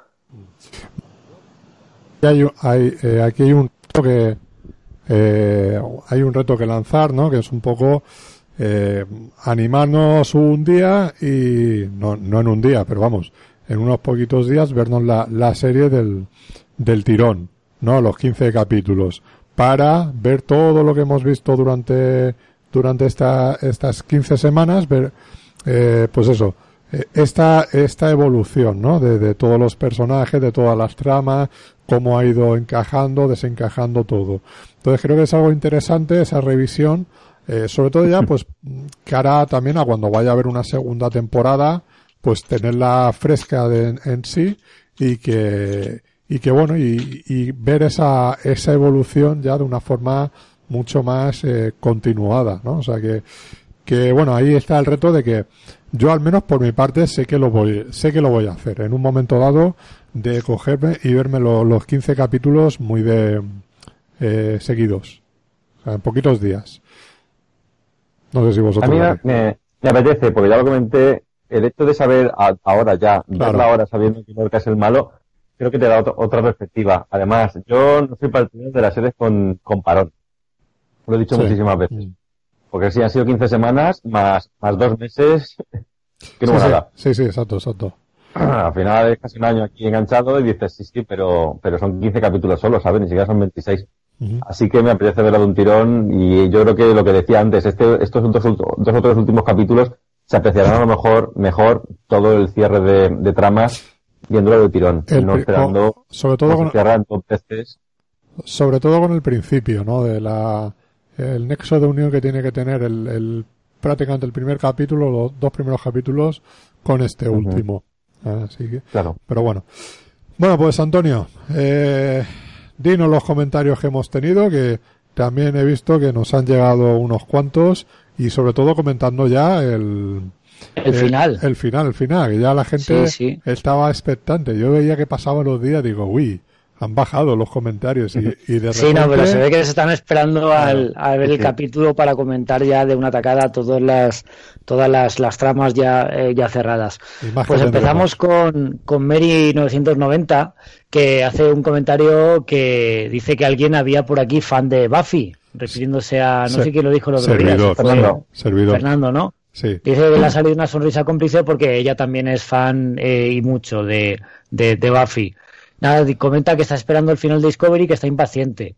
Hay, hay, eh, aquí hay un reto que eh, hay un reto que lanzar, ¿no? Que es un poco eh, animarnos un día y no no en un día, pero vamos, en unos poquitos días vernos la, la serie del, del tirón, ¿no? Los quince capítulos, para ver todo lo que hemos visto durante, durante esta, estas quince semanas, ver, eh, pues eso, esta, esta evolución, ¿no? De, de todos los personajes, de todas las tramas, cómo ha ido encajando, desencajando todo. Entonces creo que es algo interesante esa revisión, eh, sobre todo ya, pues, cara también a cuando vaya a haber una segunda temporada, pues tenerla fresca de, en, en sí y que y que bueno y, y ver esa esa evolución ya de una forma mucho más eh, continuada, ¿no? O sea que que bueno, ahí está el reto de que yo al menos por mi parte sé que lo voy sé que lo voy a hacer en un momento dado, de cogerme y verme lo, los quince capítulos muy de eh, seguidos, o sea, en poquitos días. No sé si vosotros. A mí me, me, me apetece, porque ya lo comenté. El hecho de saber a, ahora ya, Claro. verla ahora sabiendo que Lorca es el malo, creo que te da otro, otra perspectiva. Además, yo no soy partidario de las series con, con parón. Lo he dicho Sí. muchísimas veces. Porque si han sido quince semanas, más, más dos meses, que no Sí, hubo sí, nada. sí, sí, exacto, exacto. Al final es casi un año aquí enganchado y dices, sí, sí, pero, pero son quince capítulos solo, ¿sabes? Ni siquiera son veintiséis. Uh-huh. Así que me apetece verla de un tirón, y yo creo que lo que decía antes, este, estos dos, dos o tres últimos capítulos se apreciarán a lo mejor mejor todo el cierre de, de tramas viéndolo de tirón, El no pri- esperando o- sobre todo que con, se cierran dos veces. sobre todo con el principio, ¿no? De la el nexo de unión que tiene que tener el, el prácticamente el primer capítulo, los dos primeros capítulos con este Uh-huh. último. Así que, Claro. pero bueno. Bueno, pues Antonio, eh, dinos los comentarios que hemos tenido, que también he visto que nos han llegado unos cuantos, y sobre todo comentando ya el El final. el final, el final, que ya la gente Sí, sí. estaba expectante. Yo veía que pasaban los días, digo, uy, han bajado los comentarios y, y de repente... Sí, no, pero se ve que se están esperando al, a ver el Sí. capítulo para comentar ya de una tacada todas las todas las, las tramas ya, eh, ya cerradas. y más Pues que empezamos con, con Mary novecientos noventa, que hace un comentario que dice que alguien había por aquí fan de Buffy, refiriéndose a, no Se- sé quién lo dijo el otro día, servidor, si fue Fernando. servidor. Fernando, ¿no? Sí. Dice que le ha salido una sonrisa cómplice porque ella también es fan eh, y mucho de, de, de Buffy. Nada, di- comenta que está esperando el final de Discovery, que está impaciente.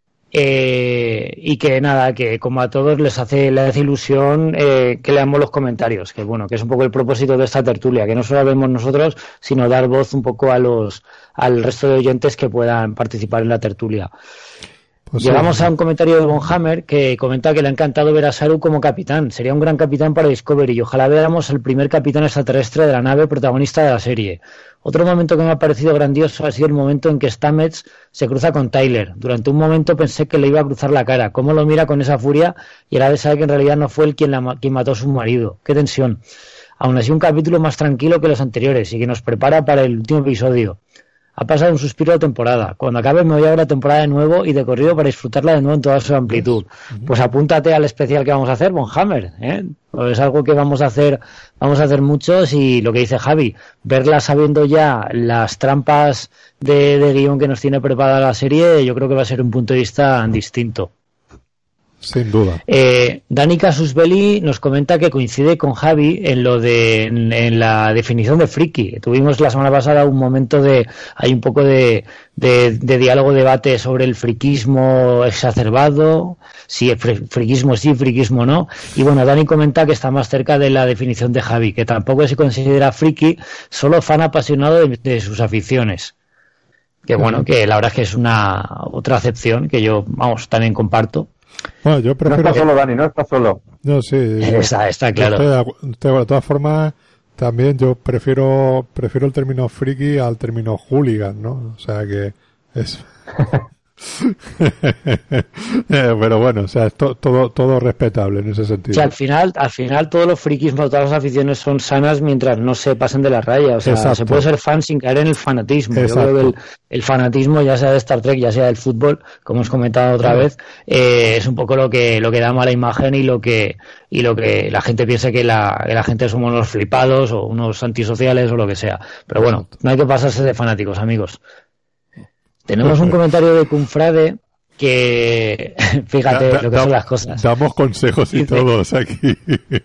Eh, y que nada, que como a todos les hace, les hace ilusión eh, que leamos los comentarios, que bueno, que es un poco el propósito de esta tertulia, que no solo vemos nosotros, sino dar voz un poco a los al resto de oyentes que puedan participar en la tertulia. Pues Llegamos sí. a un comentario de Von Hammer que comenta que le ha encantado ver a Saru como capitán. Sería un gran capitán para Discovery y ojalá veamos el primer capitán extraterrestre de la nave protagonista de la serie. Otro momento que me ha parecido grandioso ha sido el momento en que Stamets se cruza con Tyler. Durante un momento pensé que le iba a cruzar la cara. Cómo lo mira con esa furia y a la vez sabe que en realidad no fue él quien, la, quien mató a su marido. Qué tensión. Aún así un capítulo más tranquilo que los anteriores y que nos prepara para el último episodio. ha pasado un suspiro de temporada. Cuando acabe me voy a ver la temporada de nuevo y de corrido para disfrutarla de nuevo en toda su amplitud. Pues apúntate al especial que vamos a hacer, Von Hammer, ¿eh? Pues es algo que vamos a hacer, vamos a hacer muchos, y lo que dice Javi, verla sabiendo ya las trampas de, de guión que nos tiene preparada la serie, yo creo que va a ser un punto de vista distinto. Sin duda. Eh, Dani Casusbelli nos comenta que coincide con Javi en lo de en, en la definición de friki. Tuvimos la semana pasada un momento de hay un poco de, de, de diálogo, debate sobre el friquismo exacerbado, si el friquismo sí, friquismo no. Y bueno, Dani comenta que está más cerca de la definición de Javi, que tampoco se considera friki, solo fan apasionado de, de sus aficiones. Que bueno, que la verdad es que es una otra acepción que yo, vamos, también comparto. Bueno, yo prefiero... No está solo, Dani, no está solo. No, sí. Está, está claro. Estoy de, de todas formas, también yo prefiero prefiero el término friki al término hooligan, ¿no? O sea que es... Pero bueno, o sea, es to, todo todo respetable en ese sentido. O sea, al final, al final todos los frikismos, todas las aficiones son sanas mientras no se pasen de la raya. O sea, exacto, se puede ser fan sin caer en el fanatismo. Exacto. Yo creo que el, el fanatismo, ya sea de Star Trek, ya sea del fútbol, como hemos comentado otra sí. vez, eh, es un poco lo que lo que da mala imagen y lo que y lo que la gente piensa que la, que la gente somos unos flipados o unos antisociales o lo que sea. Pero bueno, no hay que pasarse de fanáticos, amigos. Tenemos un comentario de Cunfrade que, fíjate da, da, lo que son las cosas. Damos consejos y dice, todos aquí.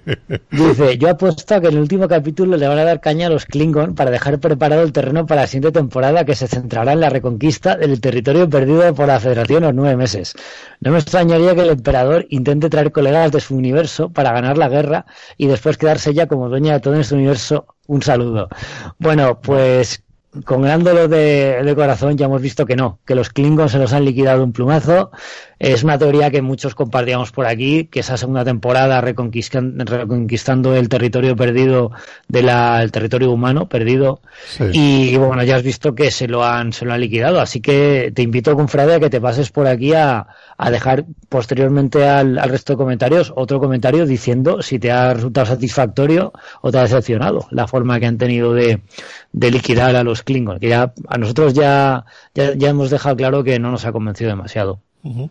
Dice, yo apuesto a que en el último capítulo le van a dar caña a los Klingon para dejar preparado el terreno para la siguiente temporada, que se centrará en la reconquista del territorio perdido por la Federación en nueve meses. No me extrañaría que el emperador intente traer colegas de su universo para ganar la guerra y después quedarse ya como dueña de todo este universo. Un saludo. Bueno, pues... con gran dolor de, de corazón ya hemos visto que no, que los Klingons se los han liquidado un plumazo. Es una teoría que muchos compartíamos por aquí, que esa segunda temporada reconquistando, reconquistando el territorio perdido de la, el territorio humano perdido. Sí. Y bueno, ya has visto que se lo han, se lo han liquidado, así que te invito, confrade, a que te pases por aquí a, a dejar posteriormente al, al resto de comentarios otro comentario diciendo si te ha resultado satisfactorio o te ha decepcionado la forma que han tenido de, de liquidar a los Klingon, que ya a nosotros ya, ya, ya hemos dejado claro que no nos ha convencido demasiado. Uh-huh.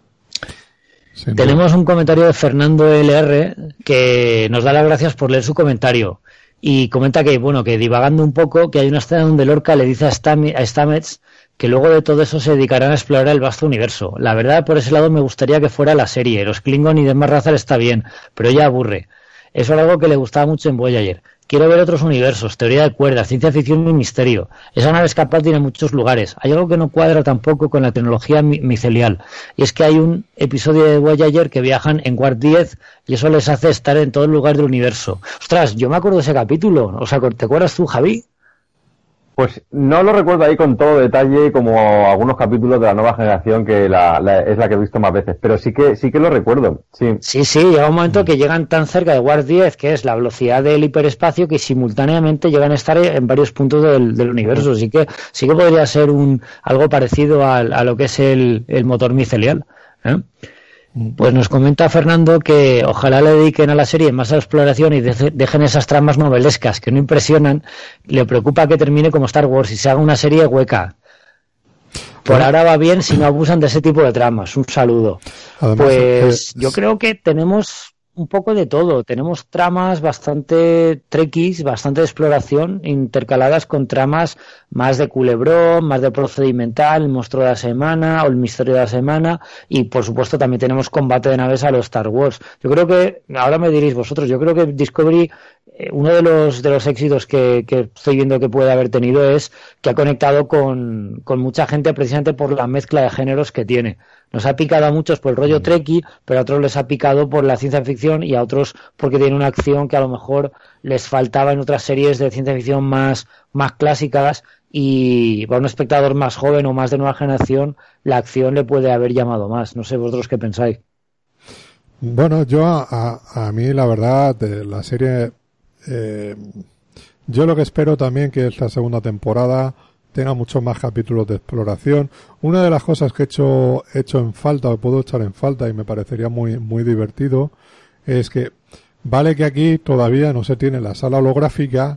Sí, tenemos un comentario de Fernando L R que nos da las gracias por leer su comentario y comenta que, bueno, que divagando un poco, que hay una escena donde Lorca le dice a, Stam- a Stamets que luego de todo eso se dedicarán a explorar el vasto universo. La verdad, por ese lado me gustaría que fuera la serie. Los Klingon y demás razas está bien, pero ya aburre. Eso era algo que le gustaba mucho en Voyager. Quiero ver otros universos, teoría de cuerdas, ciencia ficción y misterio. Esa nave escapar tiene muchos lugares. Hay algo que no cuadra tampoco con la tecnología micelial. Y es que hay un episodio de Voyager que viajan en Warp diez y eso les hace estar en todo el lugar del universo. Ostras, yo me acuerdo de ese capítulo. O sea, ¿te acuerdas tú, Javi? Pues no lo recuerdo ahí con todo detalle como algunos capítulos de la nueva generación que la, la, es la que he visto más veces, pero sí que sí que lo recuerdo. Sí, sí, sí, llega un momento que llegan tan cerca de Warp diez, que es la velocidad del hiperespacio, que simultáneamente llegan a estar en varios puntos del, del universo. Así que sí que podría ser un algo parecido a, a lo que es el, el motor micelial, ¿eh? Pues nos comenta Fernando que ojalá le dediquen a la serie más a la exploración y de- dejen esas tramas novelescas que no impresionan. Le preocupa que termine como Star Wars y se haga una serie hueca. Por ahora va bien si no abusan de ese tipo de tramas. Un saludo. Además, pues eh, yo creo que tenemos un poco de todo. Tenemos tramas bastante trekkies, bastante de exploración, intercaladas con tramas más de culebrón, más de procedimental, el monstruo de la semana o el misterio de la semana, y por supuesto también tenemos combate de naves a los Star Wars. Yo creo que, ahora me diréis vosotros, yo creo que Discovery, eh, uno de los de los éxitos que, que estoy viendo que puede haber tenido es que ha conectado con, con mucha gente precisamente por la mezcla de géneros que tiene. Nos ha picado a muchos por el rollo trekkie, pero a otros les ha picado por la ciencia ficción y a otros porque tiene una acción que a lo mejor les faltaba en otras series de ciencia ficción más, más clásicas, y para un espectador más joven o más de nueva generación la acción le puede haber llamado más. No sé vosotros qué pensáis. Bueno, yo a, a, a mí la verdad de la serie, eh, yo lo que espero también que esta segunda temporada tenga muchos más capítulos de exploración. Una de las cosas que he hecho, he hecho en falta, o puedo echar en falta, y me parecería muy, muy divertido, es que vale que aquí todavía no se tiene la sala holográfica,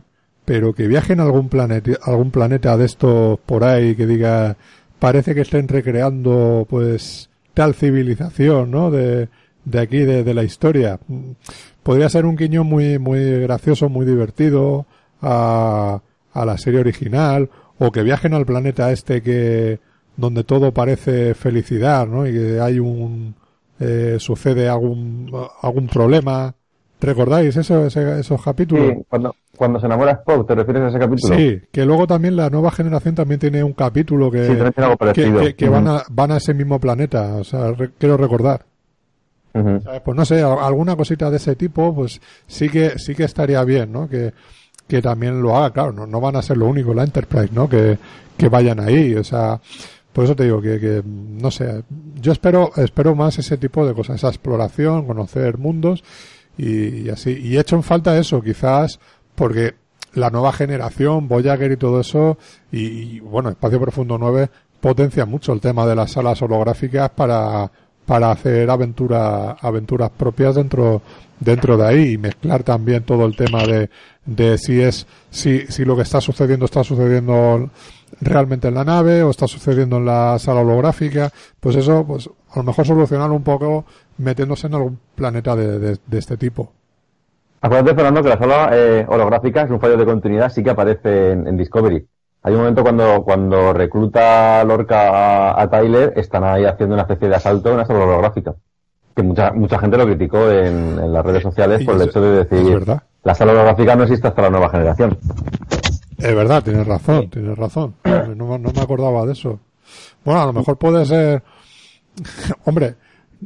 pero que viajen a algún planeta, algún planeta de estos por ahí que diga, parece que estén recreando pues tal civilización, ¿no? De, de aquí, de, de la historia. Podría ser un guiño muy, muy gracioso, muy divertido a, a la serie original, o que viajen al planeta este que, donde todo parece felicidad, ¿no? Y que hay un, eh, sucede algún, algún problema. ¿Recordáis eso, ese, esos capítulos? Sí, cuando, cuando se enamora Spock, ¿te refieres a ese capítulo? Sí, que luego también la nueva generación también tiene un capítulo que, sí, tiene algo que, que, que uh-huh. van, a, van a ese mismo planeta, o sea, re, quiero recordar. Uh-huh. ¿Sabes? Pues no sé, alguna cosita de ese tipo, pues sí que sí que estaría bien, ¿no? Que, que también lo haga, claro, no, no van a ser lo único, la Enterprise, ¿no? Que, que vayan ahí, o sea, por eso te digo que, que no sé, yo espero espero más ese tipo de cosas, esa exploración, conocer mundos. Y, y así, y he hecho en falta eso, quizás porque la nueva generación, Voyager y todo eso, y, y bueno, Espacio Profundo nueve potencia mucho el tema de las salas holográficas para, para hacer aventuras, aventuras propias dentro, dentro de ahí, y mezclar también todo el tema de, de si es, si, si lo que está sucediendo está sucediendo realmente en la nave o está sucediendo en la sala holográfica, pues eso, pues a lo mejor solucionarlo un poco metiéndose en algún planeta de, de, de este tipo. Acuérdate, Fernando, que la sala eh, holográfica es un fallo de continuidad, sí que aparece en, en Discovery. Hay un momento cuando cuando recluta Lorca a, a Tyler, están ahí haciendo una especie de asalto en una sala holográfica. Que mucha mucha gente lo criticó en, en las redes sociales y por el hecho de decir la sala holográfica no existe hasta la nueva generación. Es verdad, tienes razón, tienes razón. No, no me acordaba de eso. Bueno, a lo mejor puede ser... Hombre,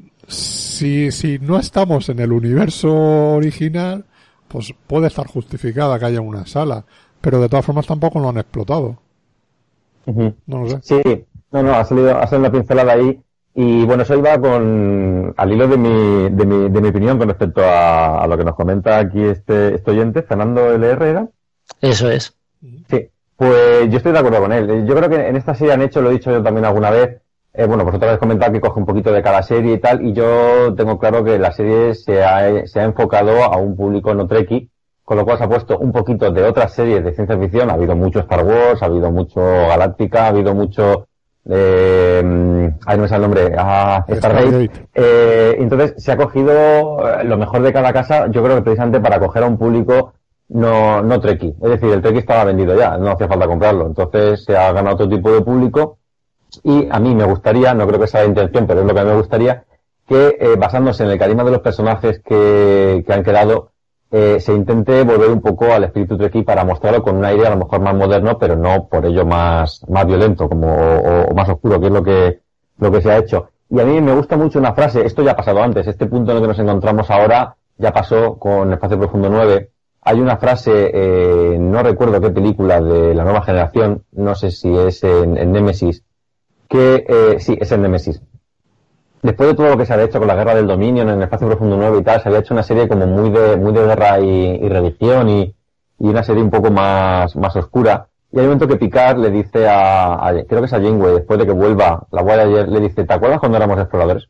si, si no estamos en el universo original, pues puede estar justificada que haya una sala. Pero de todas formas tampoco lo han explotado. Uh-huh. No lo sé. Sí, no, no, ha salido, ha salido una pincelada ahí. Y bueno, eso iba con, al hilo de mi, de mi, de mi opinión con respecto a, a lo que nos comenta aquí este, este oyente, Fernando L R, ¿era? Eso es. Sí, pues yo estoy de acuerdo con él. Yo creo que en esta serie han hecho, lo he dicho yo también alguna vez, eh, bueno, vosotros habéis comentado que coge un poquito de cada serie y tal, y yo tengo claro que la serie se ha, se ha enfocado a un público no trekkie, con lo cual se ha puesto un poquito de otras series de ciencia ficción. Ha habido mucho Star Wars, ha habido mucho Galáctica, ha habido mucho... Eh, ahí no me sale el nombre, ah, Stargate. Eh, entonces se ha cogido lo mejor de cada casa, yo creo que precisamente para coger a un público no, no trekkie. Es decir, el trekkie estaba vendido ya, no hacía falta comprarlo. Entonces se ha ganado otro tipo de público y a mí me gustaría, no creo que sea la intención, pero es lo que a mí me gustaría, que eh, basándose en el carisma de los personajes que, que han quedado, eh, se intente volver un poco al espíritu trekkie para mostrarlo con un aire a lo mejor más moderno, pero no por ello más, más violento como, o, o más oscuro, que es lo que, lo que se ha hecho. Y a mí me gusta mucho una frase, esto ya ha pasado antes, este punto en el que nos encontramos ahora ya pasó con Espacio Profundo nueve. Hay una frase, eh, no recuerdo qué película de la nueva generación, no sé si es en, en Némesis, que, eh, sí, es en Némesis. Después de todo lo que se había hecho con la guerra del Dominion en el Espacio Profundo nueve y tal, se había hecho una serie como muy de, muy de guerra y, y religión y, y una serie un poco más, más oscura. Y hay un momento que Picard le dice a, a creo que es a Janeway, después de que vuelva la Voyager, le dice, ¿te acuerdas cuando éramos exploradores?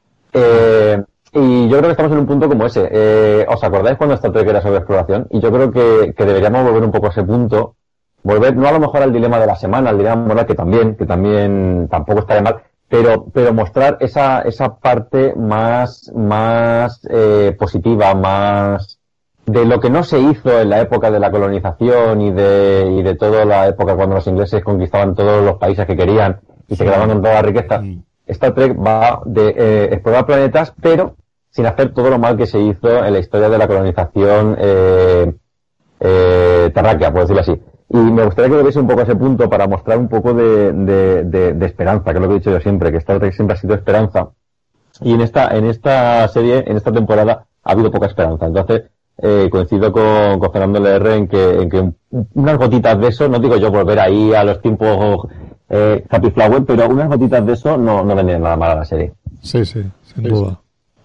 Eh, y yo creo que estamos en un punto como ese. Eh, ¿os acordáis cuando Star Trek era sobre exploración? Y yo creo que, que deberíamos volver un poco a ese punto. Volver, no a lo mejor al dilema de la semana, al dilema moral, que también, que también tampoco estaría mal, pero, pero mostrar esa, esa parte más, más, eh, positiva, más, de lo que no se hizo en la época de la colonización y de, y de toda la época cuando los ingleses conquistaban todos los países que querían y se quedaban con toda la riqueza. Mm. Star Trek va de eh, explorar planetas, pero sin hacer todo lo mal que se hizo en la historia de la colonización eh, eh, terráquea, por decirlo así. Y me gustaría que volviese un poco a ese punto para mostrar un poco de, de, de, de esperanza, que es lo que he dicho yo siempre, que Star Trek siempre ha sido esperanza. Y en esta, en esta serie, en esta temporada, ha habido poca esperanza. Entonces, eh, coincido con, con Fernando L R en que, en que unas gotitas de eso, no digo yo volver ahí a los tiempos eh, Happy Flower, pero unas gotitas de eso no, no vendrían nada mal a la serie. Sí, sí, sin duda.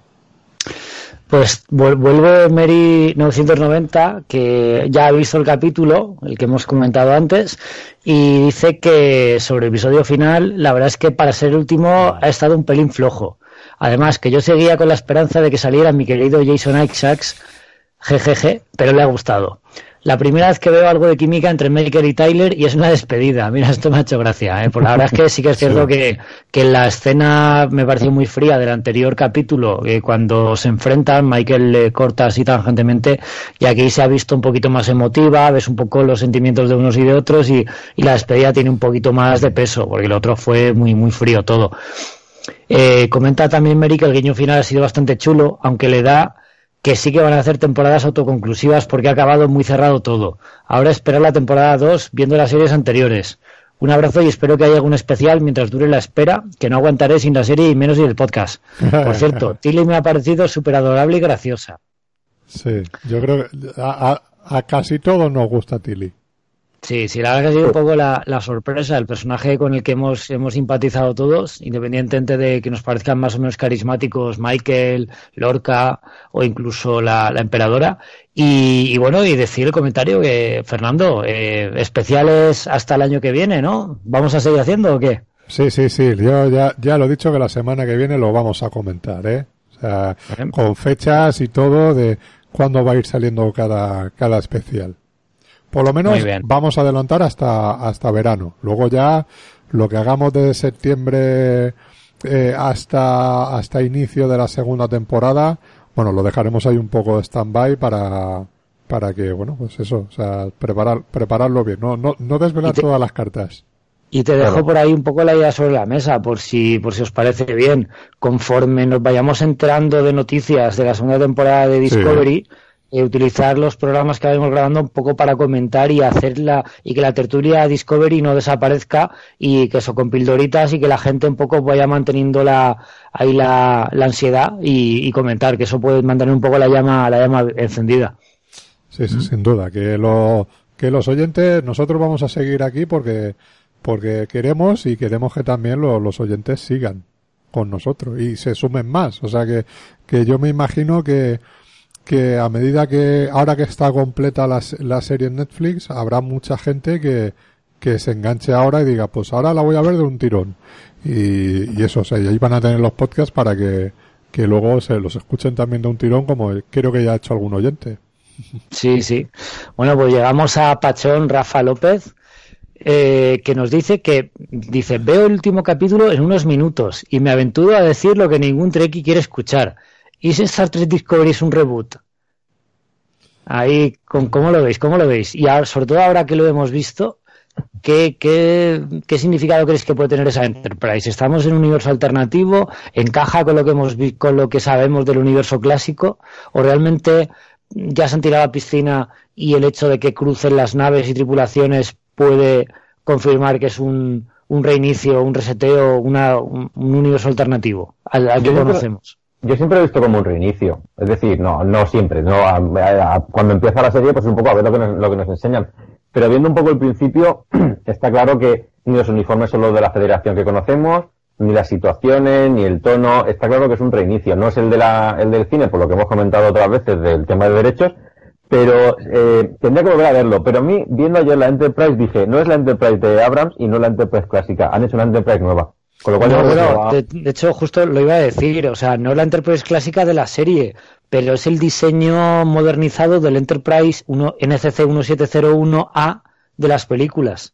Pues vuelve Mary novecientos noventa, que ya ha visto el capítulo, el que hemos comentado antes, y dice que sobre el episodio final, la verdad es que para ser el último ha estado un pelín flojo. Además, que yo seguía con la esperanza de que saliera mi querido Jason Isaacs, jejeje, pero le ha gustado. la primera vez que veo algo de química entre Michael y Tyler y es una despedida. Mira, esto me ha hecho gracia, ¿eh? Por la verdad es que sí que es cierto sí. que, que la escena me pareció muy fría del anterior capítulo, que cuando se enfrentan, Michael le corta así tangentemente y aquí se ha visto un poquito más emotiva, ves un poco los sentimientos de unos y de otros y, y la despedida tiene un poquito más de peso, porque el otro fue muy, muy frío todo. Eh, comenta también Mary que el guiño final ha sido bastante chulo, aunque le da que sí que van a hacer temporadas autoconclusivas porque ha acabado muy cerrado todo. Ahora esperar la temporada dos viendo las series anteriores. Un abrazo y espero que haya algún especial mientras dure la espera, que no aguantaré sin la serie y menos sin el podcast. Por cierto, Tilly me ha parecido súper adorable y graciosa. Sí, yo creo que a, a, a casi todos nos gusta Tilly. Sí, sí, la verdad que ha sido un poco la, la sorpresa, el personaje con el que hemos, hemos simpatizado todos, independientemente de que nos parezcan más o menos carismáticos Michael, Lorca o incluso la, la emperadora. Y, y bueno, y decir el comentario que, Fernando, eh, especiales hasta el año que viene, ¿no? ¿Vamos a seguir haciendo o qué? Sí, sí, sí, yo ya, ya lo he dicho que la semana que viene lo vamos a comentar, ¿eh? O sea, con fechas y todo de cuándo va a ir saliendo cada, cada especial. Por lo menos vamos a adelantar hasta hasta verano. Luego ya lo que hagamos de septiembre eh, hasta hasta inicio de la segunda temporada, bueno, lo dejaremos ahí un poco de stand-by para para que, bueno, pues eso, o sea, preparar prepararlo bien, no no no desvelar te, todas las cartas. Y te dejo por ahí un poco la idea sobre la mesa, por si por si os parece bien, conforme nos vayamos enterando de noticias de la segunda temporada de Discovery. Sí. Eh, utilizar los programas que vamos grabando un poco para comentar y hacerla y que la tertulia Discovery no desaparezca y que eso con pildoritas y que la gente un poco vaya manteniendo la ahí la, la ansiedad y, y comentar, que eso puede mantener un poco la llama la llama encendida. Sí, sí, sin duda, que lo que los oyentes, nosotros vamos a seguir aquí porque porque queremos y queremos que también lo, los oyentes sigan con nosotros y se sumen más, o sea que que yo me imagino que que a medida que, ahora que está completa la, la serie en Netflix, habrá mucha gente que, que se enganche ahora y diga, pues ahora la voy a ver de un tirón. Y, y eso, o sea, y ahí van a tener los podcasts para que, que luego se los escuchen también de un tirón, como creo que ya ha hecho algún oyente. Sí, sí. Bueno, pues llegamos a Pachón Rafa López, eh, que nos dice que, dice, veo el último capítulo en unos minutos y me aventuro a decir lo que ningún Trekkie quiere escuchar. ¿Y si Star Trek Discovery es un reboot? Ahí, ¿cómo lo veis? ¿Cómo lo veis? Y ahora, sobre todo ahora que lo hemos visto, ¿qué, qué, qué significado creéis que puede tener esa Enterprise? ¿Estamos en un universo alternativo? ¿Encaja con lo que hemos vi- con lo que sabemos del universo clásico? ¿O realmente ya se han tirado a la piscina y el hecho de que crucen las naves y tripulaciones puede confirmar que es un, un reinicio, un reseteo, una, un, un universo alternativo al, al que conocemos? Yo siempre he visto como un reinicio, es decir, no no siempre, no a, a, a, cuando empieza la serie pues un poco a ver lo que nos, lo que nos enseñan, pero viendo un poco el principio está claro que ni los uniformes son los de la Federación que conocemos, ni las situaciones, ni el tono, está claro que es un reinicio, no es el de la el del cine, por lo que hemos comentado otras veces del tema de derechos, pero eh, tendría que volver a verlo, pero a mí, viendo ayer la Enterprise, dije, no es la Enterprise de Abrams y no es la Enterprise clásica, han hecho una Enterprise nueva. Con lo cual no, no, bueno, de, de hecho justo lo iba a decir, o sea, no la Enterprise clásica de la serie, pero es el diseño modernizado del Enterprise N C C diecisiete cero uno A de las películas.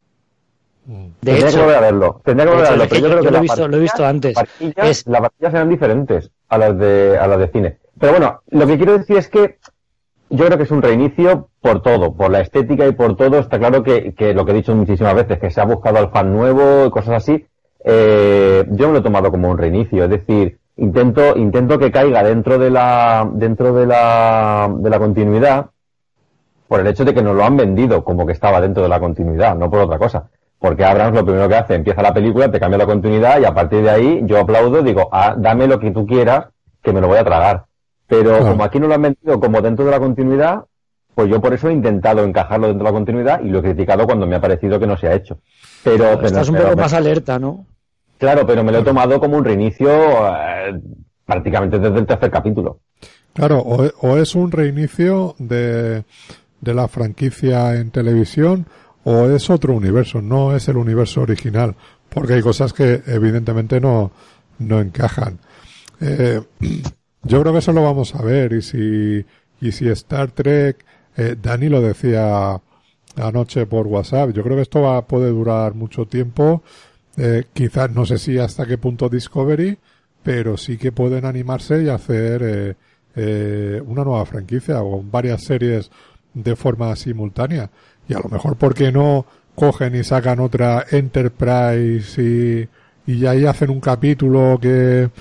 De tendría hecho, que volver a verlo, tendría que volver a verlo, pero yo creo yo que lo, he visto, lo he visto antes. Es... Las batallas eran diferentes a las de a las de cine. Pero bueno, lo que quiero decir es que yo creo que es un reinicio por todo, por la estética y por todo. Está claro que, que lo que he dicho muchísimas veces, que se ha buscado al fan nuevo y cosas así. Eh, yo me lo he tomado como un reinicio, es decir, intento intento que caiga dentro de la dentro de la de la continuidad por el hecho de que nos lo han vendido como que estaba dentro de la continuidad, no por otra cosa, porque Abrams lo primero que hace, empieza la película, te cambia la continuidad y a partir de ahí yo aplaudo, digo, ah, dame lo que tú quieras que me lo voy a tragar, pero claro, como aquí no lo han vendido como dentro de la continuidad, pues yo por eso he intentado encajarlo dentro de la continuidad y lo he criticado cuando me ha parecido que no se ha hecho. Pero, claro, pero estás un pero, poco me... más alerta, ¿no? Claro, pero me lo he tomado como un reinicio eh, prácticamente desde el tercer capítulo. Claro, o, o es un reinicio de, de la franquicia en televisión o es otro universo, no es el universo original, porque hay cosas que evidentemente no, no encajan. Eh, yo creo que eso lo vamos a ver y si, y si Star Trek Eh, Dani lo decía anoche por WhatsApp. Yo creo que esto va, puede durar mucho tiempo. Eh, quizás, no sé si hasta qué punto Discovery, pero sí que pueden animarse y hacer eh, eh, una nueva franquicia o varias series de forma simultánea. Y a lo mejor, ¿por qué no cogen y sacan otra Enterprise y, y ahí hacen un capítulo que,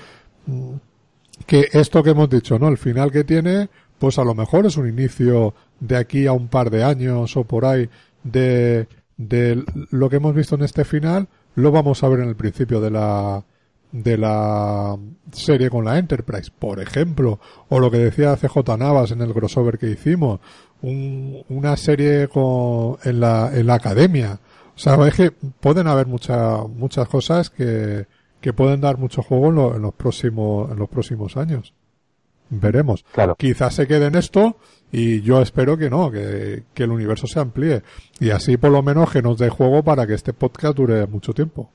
que esto que hemos dicho, ¿no? El final que tiene, pues a lo mejor es un inicio de aquí a un par de años o por ahí de, de lo que hemos visto en este final, lo vamos a ver en el principio de la de la serie con la Enterprise, por ejemplo, o lo que decía C J Navas en el crossover que hicimos, un, una serie con, en la en la academia. O sea, es que pueden haber muchas muchas cosas que que pueden dar mucho juego en, lo, en los próximos en los próximos años. Veremos. Claro. Quizás se quede en esto y yo espero que no, que, que el universo se amplíe. Y así por lo menos que nos dé juego para que este podcast dure mucho tiempo.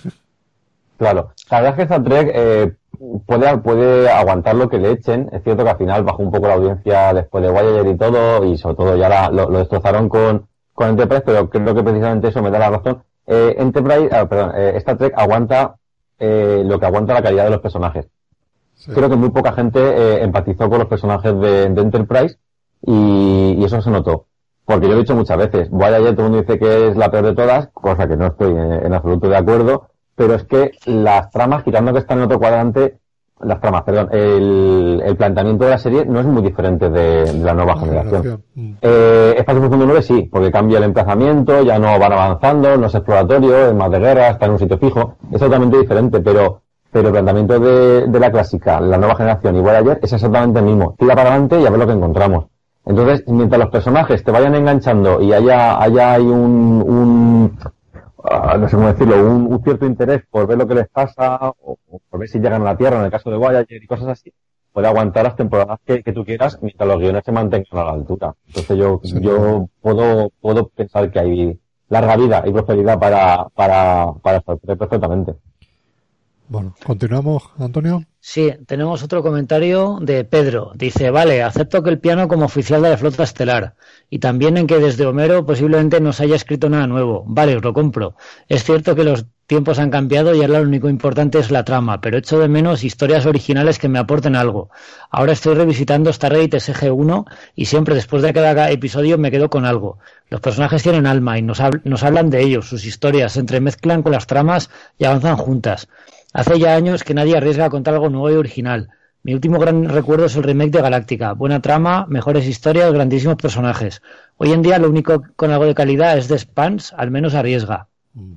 Claro. La verdad es que Star Trek eh, puede, puede aguantar lo que le echen. Es cierto que al final bajó un poco la audiencia después de Voyager y todo, y sobre todo ya la, lo, lo destrozaron con, con Enterprise, pero creo que precisamente eso me da la razón. Eh, Enterprise, ah, perdón, eh, Star Trek aguanta eh, lo que aguanta la calidad de los personajes. Sí. Creo que muy poca gente eh, empatizó con los personajes de, de Enterprise y, y eso se notó. Porque yo lo he dicho muchas veces, Voyager todo el mundo dice que es la peor de todas, cosa que no estoy en, en absoluto de acuerdo, pero es que las tramas, quitando que está en otro cuadrante, las tramas, perdón, el, el planteamiento de la serie no es muy diferente de, de la nueva generación. Eh, Espacio Profundo nueve sí, porque cambia el emplazamiento, ya no van avanzando, no es exploratorio, es más de guerra, está en un sitio fijo, es totalmente diferente, pero pero el planteamiento de, de la clásica, la nueva generación y Voyager es exactamente el mismo. Tira para adelante y a ver lo que encontramos. Entonces, mientras los personajes te vayan enganchando y haya haya hay un, un uh, no sé cómo decirlo, un, un cierto interés por ver lo que les pasa o, o por ver si llegan a la Tierra en el caso de Voyager y cosas así, puede aguantar las temporadas que, que tú quieras mientras los guiones se mantengan a la altura. Entonces yo sí, yo puedo puedo pensar que hay larga vida y prosperidad para para para Star Trek perfectamente. Bueno, continuamos, Antonio. Sí, tenemos otro comentario de Pedro. Dice, vale, acepto que el piano como oficial de la flota estelar. Y también en que desde Homero posiblemente no se haya escrito nada nuevo. Vale, os lo compro. Es cierto que los tiempos han cambiado y ahora lo único importante es la trama, pero echo de menos historias originales que me aporten algo. Ahora estoy revisitando Stargate S G uno y siempre después de cada episodio me quedo con algo. Los personajes tienen alma y nos, hab- nos hablan de ellos, sus historias, se entremezclan con las tramas y avanzan juntas. Hace ya años que nadie arriesga a contar algo nuevo y original. Mi último gran recuerdo es el remake de Galáctica. Buena trama, mejores historias, grandísimos personajes. Hoy en día lo único con algo de calidad es The Expanse, al menos arriesga.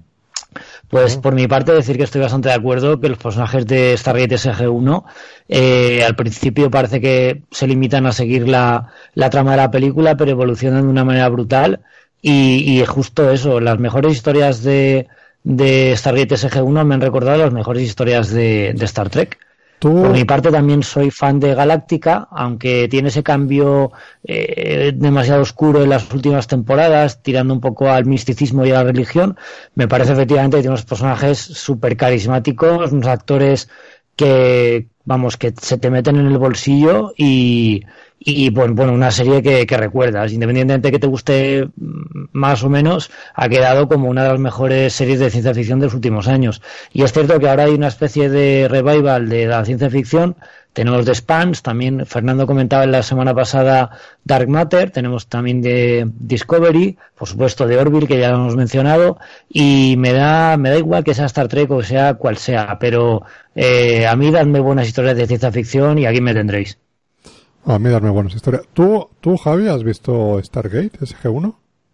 Pues por mi parte decir que estoy bastante de acuerdo que los personajes de Stargate S G uno eh, al principio parece que se limitan a seguir la, la trama de la película, pero evolucionan de una manera brutal y, y justo eso, las mejores historias de... de Stargate S G uno me han recordado las mejores historias de, de Star Trek. ¿Tú? Por mi parte también soy fan de Galáctica, aunque tiene ese cambio eh, demasiado oscuro en las últimas temporadas, tirando un poco al misticismo y a la religión. Me parece efectivamente que tiene unos personajes súper carismáticos, unos actores que, vamos, que se te meten en el bolsillo y... Y bueno, bueno, una serie que, que recuerdas, independientemente de que te guste más o menos, ha quedado como una de las mejores series de ciencia ficción de los últimos años. Y es cierto que ahora hay una especie de revival de la ciencia ficción. Tenemos The Expanse, también Fernando comentaba en la semana pasada Dark Matter, tenemos también de Discovery, por supuesto de Orville, que ya lo hemos mencionado, y me da me da igual que sea Star Trek o sea cual sea, pero eh, a mí dadme buenas historias de ciencia ficción y aquí me tendréis. A mí darme buenas historias. ¿Tú, tú Javi, has visto Stargate S G uno?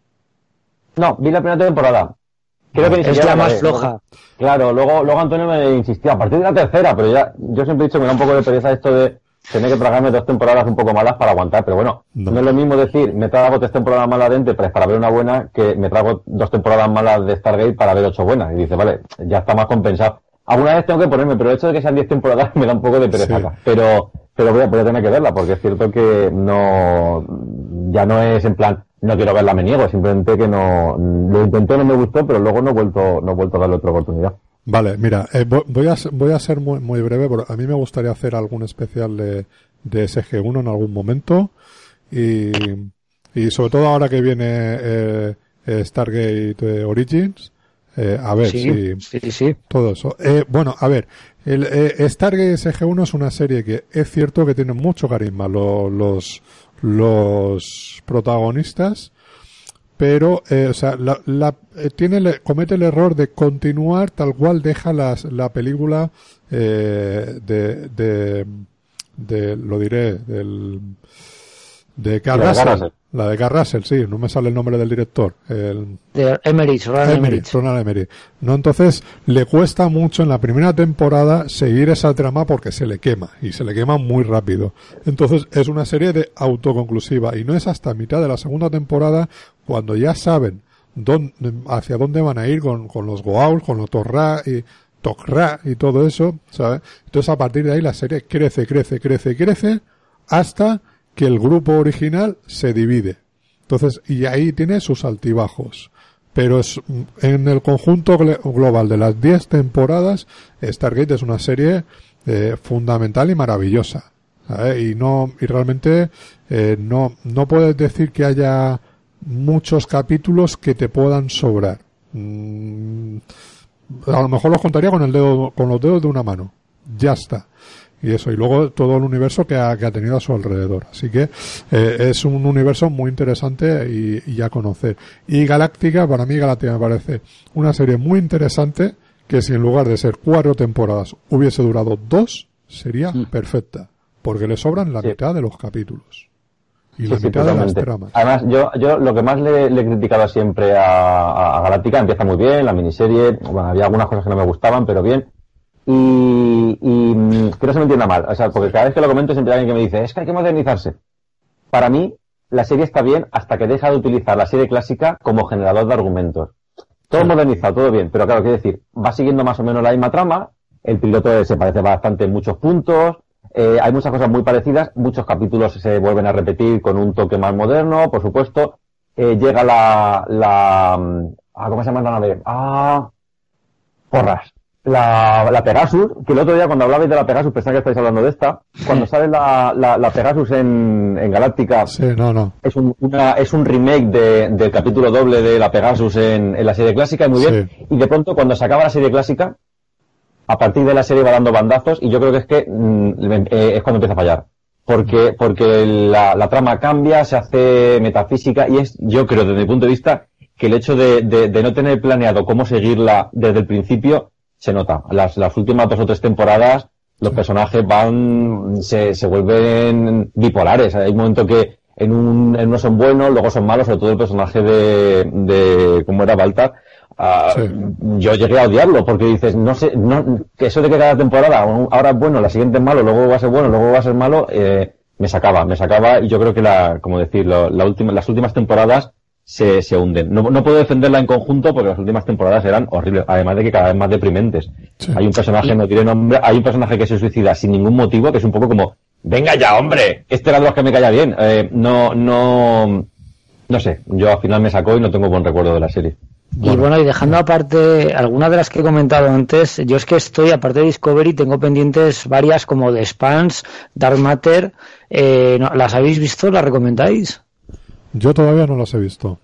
No, vi la primera temporada. Creo que ni es la más floja. Claro, luego, luego Antonio me insistió a partir de la tercera, pero ya, yo siempre he dicho que me da un poco de pereza esto de tener que tragarme dos temporadas un poco malas para aguantar, pero bueno, no, no es lo mismo decir, me trago tres temporadas malas de Enterprise para ver una buena, que me trago dos temporadas malas de Stargate para ver ocho buenas. Y dice, vale, ya está más compensado. Alguna vez tengo que ponerme, pero el hecho de que sean diez temporadas me da un poco de pereza. Sí. Pero, pero voy a, voy a tener que verla, porque es cierto que no, ya no es en plan, no quiero verla, me niego, simplemente que no, lo intenté, no me gustó, pero luego no he vuelto, no he vuelto a darle otra oportunidad. Vale, mira, eh, voy a, voy a ser muy, muy breve, porque a mí me gustaría hacer algún especial de, de S G uno en algún momento, y, Y sobre todo ahora que viene eh, Stargate eh, Origins, eh, a ver sí, si sí, sí. todo eso. Eh, bueno, a ver, el eh, Stargate S G uno es una serie que es cierto que tiene mucho carisma los los, los protagonistas, pero eh, o sea, la, la, eh, tiene le, comete el error de continuar tal cual deja las, la película eh, de, de de lo diré del de Carl Russell, la de Carl Russell, sí, no me sale el nombre del director, el de Emmerich, Ronald Emmerich. Ronald Emmerich. No, entonces le cuesta mucho en la primera temporada seguir esa trama porque se le quema y se le quema muy rápido. Entonces es una serie de autoconclusiva y no es hasta mitad de la segunda temporada cuando ya saben dónde, hacia dónde van a ir con, con los Goa'uld, con los Torra y Tok'ra y todo eso, ¿sabes? Entonces a partir de ahí la serie crece, crece, crece, crece hasta que el grupo original se divide. Entonces, y ahí tiene sus altibajos. Pero es, en el conjunto global de las diez temporadas, Stargate es una serie eh, fundamental y maravillosa. ¿Sabes? Y no, y realmente eh, no, no puedes decir que haya muchos capítulos que te puedan sobrar. Mm, a lo mejor los contaría con el dedo, con los dedos de una mano. Ya está. Y eso, y luego todo el universo que ha, que ha tenido a su alrededor. Así que eh, es un universo muy interesante y, y a conocer. Y Galáctica, para mí Galáctica me parece una serie muy interesante que si en lugar de ser cuatro temporadas hubiese durado dos, sería mm. perfecta. Porque le sobran la sí. mitad de los capítulos. Y sí, la sí, mitad totalmente. de las tramas. Además, yo, yo lo que más le, le he criticado siempre a, a Galáctica, empieza muy bien, la miniserie, bueno, había algunas cosas que no me gustaban, pero bien. Y, y que no se me entienda mal, o sea, porque cada vez que lo comento siempre hay alguien que me dice, es que hay que modernizarse. Para mí, la serie está bien hasta que deja de utilizar la serie clásica como generador de argumentos. Todo sí. modernizado, todo bien, pero claro, quiero decir, va siguiendo más o menos la misma trama, el piloto se parece bastante en muchos puntos, eh, hay muchas cosas muy parecidas, muchos capítulos se vuelven a repetir con un toque más moderno, por supuesto, eh, llega la, la, ah, ¿cómo se llama la nave? Ah, porras. La, la Pegasus, que el otro día cuando hablabais de la Pegasus pensaba que estáis hablando de esta, cuando sale la, la, la Pegasus en, en Galáctica, sí, no, no. es un, una, es un remake de, del capítulo doble de la Pegasus en, en la serie clásica, y muy bien, sí. Y de pronto cuando se acaba la serie clásica, a partir de la serie va dando bandazos, y yo creo que es que mm, eh, es cuando empieza a fallar. Porque, porque la, la trama cambia, se hace metafísica, y es, yo creo desde mi punto de vista, que el hecho de, de, de no tener planeado cómo seguirla desde el principio, se nota. Las, las últimas dos o tres temporadas, los sí. personajes van, se, se vuelven bipolares. Hay un momento que en un, en uno son buenos, luego son malos, sobre todo el personaje de, de, ¿cómo era? Baltar. Uh, sí. Yo llegué a odiarlo porque dices, no sé, no, que eso de que cada temporada ahora es bueno, la siguiente es malo, luego va a ser bueno, luego va a ser malo, eh, me sacaba, me sacaba, y yo creo que la, como decirlo, la última, las últimas temporadas se, se hunden. No, no puedo defenderla en conjunto porque las últimas temporadas eran horribles, además de que cada vez más deprimentes. Sí. Hay un personaje, no diré nombre, hay un personaje que se suicida sin ningún motivo, que es un poco como, venga ya, hombre, este era de los que me caía bien. Eh, no, no, no sé, yo al final me sacó y no tengo buen recuerdo de la serie. Bueno. Y bueno, y dejando aparte algunas de las que he comentado antes, yo es que estoy, aparte de Discovery, tengo pendientes varias como The Expanse, Dark Matter, eh, ¿no? ¿Las habéis visto? ¿Las recomendáis? Yo todavía no las he visto.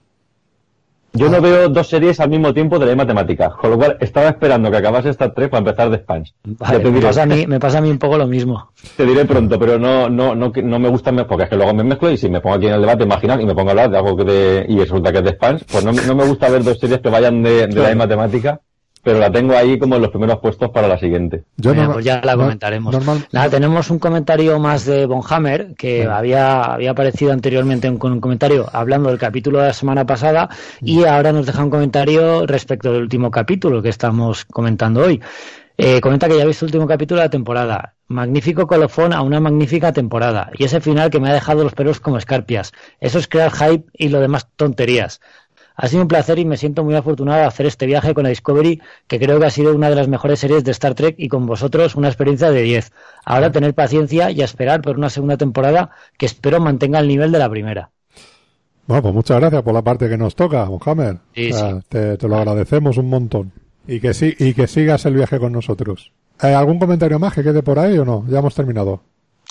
Yo no veo dos series al mismo tiempo de la misma temática, con lo cual estaba esperando que acabase Star Trek para empezar The Expanse. Vale, me, pasa a mí, me pasa a mí un poco lo mismo. Te diré pronto, pero no no no, no me gusta, porque es que luego me mezclo y si me pongo aquí en el debate, imaginar, y me pongo a hablar de algo que de, y resulta que es The Expanse, pues no, no me gusta ver dos series que vayan de, de claro. la misma temática. Pero la tengo ahí como en los primeros puestos para la siguiente. Yo bueno, no, pues ya la comentaremos. Normal, Nada, tenemos un comentario más de Von Hammer, que sí. había, había aparecido anteriormente con un comentario hablando del capítulo de la semana pasada, y ahora nos deja un comentario respecto del último capítulo que estamos comentando hoy. Eh, comenta que ya ha visto el último capítulo de la temporada. Magnífico colofón a una magnífica temporada. Y ese final que me ha dejado los pelos como escarpias. Eso es crear hype y lo demás tonterías. Ha sido un placer y me siento muy afortunado de hacer este viaje con la Discovery, que creo que ha sido una de las mejores series de Star Trek, y con vosotros una experiencia de diez. Ahora tener paciencia y a esperar por una segunda temporada que espero mantenga el nivel de la primera. Bueno, pues muchas gracias por la parte que nos toca, Mohamed. Sí, o sea, sí. Te, te lo agradecemos un montón. Y que, sí, y que sigas el viaje con nosotros. ¿Hay algún comentario más que quede por ahí o no? Ya hemos terminado.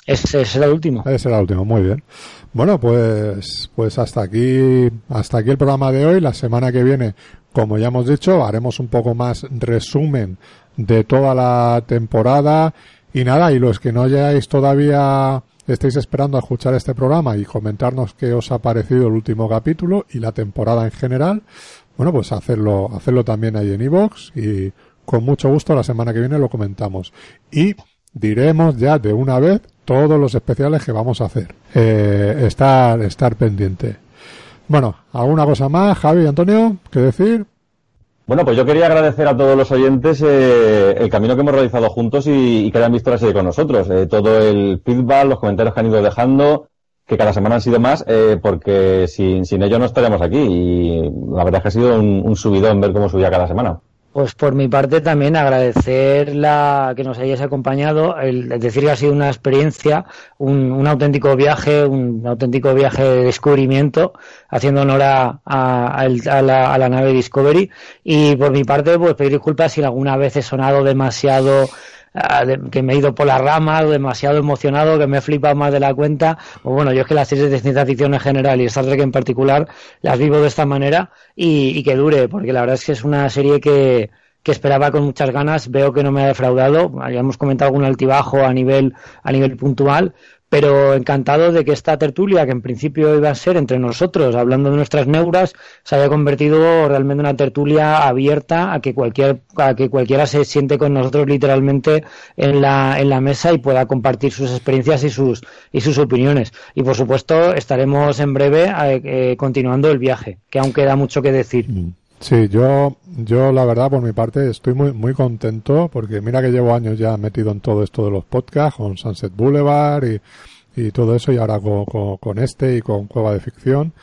Ese será el último. Ese será el último, muy bien. Bueno, pues pues hasta aquí hasta aquí el programa de hoy. La semana que viene, como ya hemos dicho, haremos un poco más resumen de toda la temporada. Y nada, y los que no hayáis todavía, estéis esperando a escuchar este programa y comentarnos qué os ha parecido el último capítulo y la temporada en general, bueno, pues hacerlo, hacerlo también ahí en iVoox y con mucho gusto la semana que viene lo comentamos. Y diremos ya de una vez todos los especiales que vamos a hacer. Eh, estar, estar pendiente. Bueno, ¿alguna cosa más, Javi y Antonio? ¿Qué decir? Bueno, pues yo quería agradecer a todos los oyentes eh, el camino que hemos realizado juntos y, y que hayan visto la serie con nosotros. Eh, todo el feedback, los comentarios que han ido dejando, que cada semana han sido más, eh, porque sin, sin ello no estaríamos aquí. Y la verdad es que ha sido un, un subidón ver cómo subía cada semana. Pues por mi parte también agradecer la que nos hayáis acompañado, el, el decir que ha sido una experiencia, un, un auténtico viaje, un auténtico viaje de descubrimiento, haciendo honor a, a, a, la, a la nave Discovery. Y por mi parte, pues pedir disculpas si alguna vez he sonado demasiado, uh, de, que me he ido por las ramas, demasiado emocionado, que me he flipado más de la cuenta. Pues bueno, yo es que las series de ciencia ficción en general y Star Trek en particular las vivo de esta manera y, y que dure, porque la verdad es que es una serie que que esperaba con muchas ganas. Veo que no me ha defraudado. Ya hemos comentado algún altibajo a nivel a nivel puntual, pero encantado de que esta tertulia, que en principio iba a ser entre nosotros, hablando de nuestras neuras, se haya convertido realmente en una tertulia abierta a que cualquier a que cualquiera se siente con nosotros literalmente en la en la mesa y pueda compartir sus experiencias y sus y sus opiniones. Y por supuesto estaremos en breve eh, eh, continuando el viaje, que aún queda mucho que decir. Sí, yo, yo la verdad por mi parte estoy muy, muy contento porque mira que llevo años ya metido en todo esto de los podcasts con Sunset Boulevard y, y todo eso y ahora con, con, con este y con Cueva de Ficción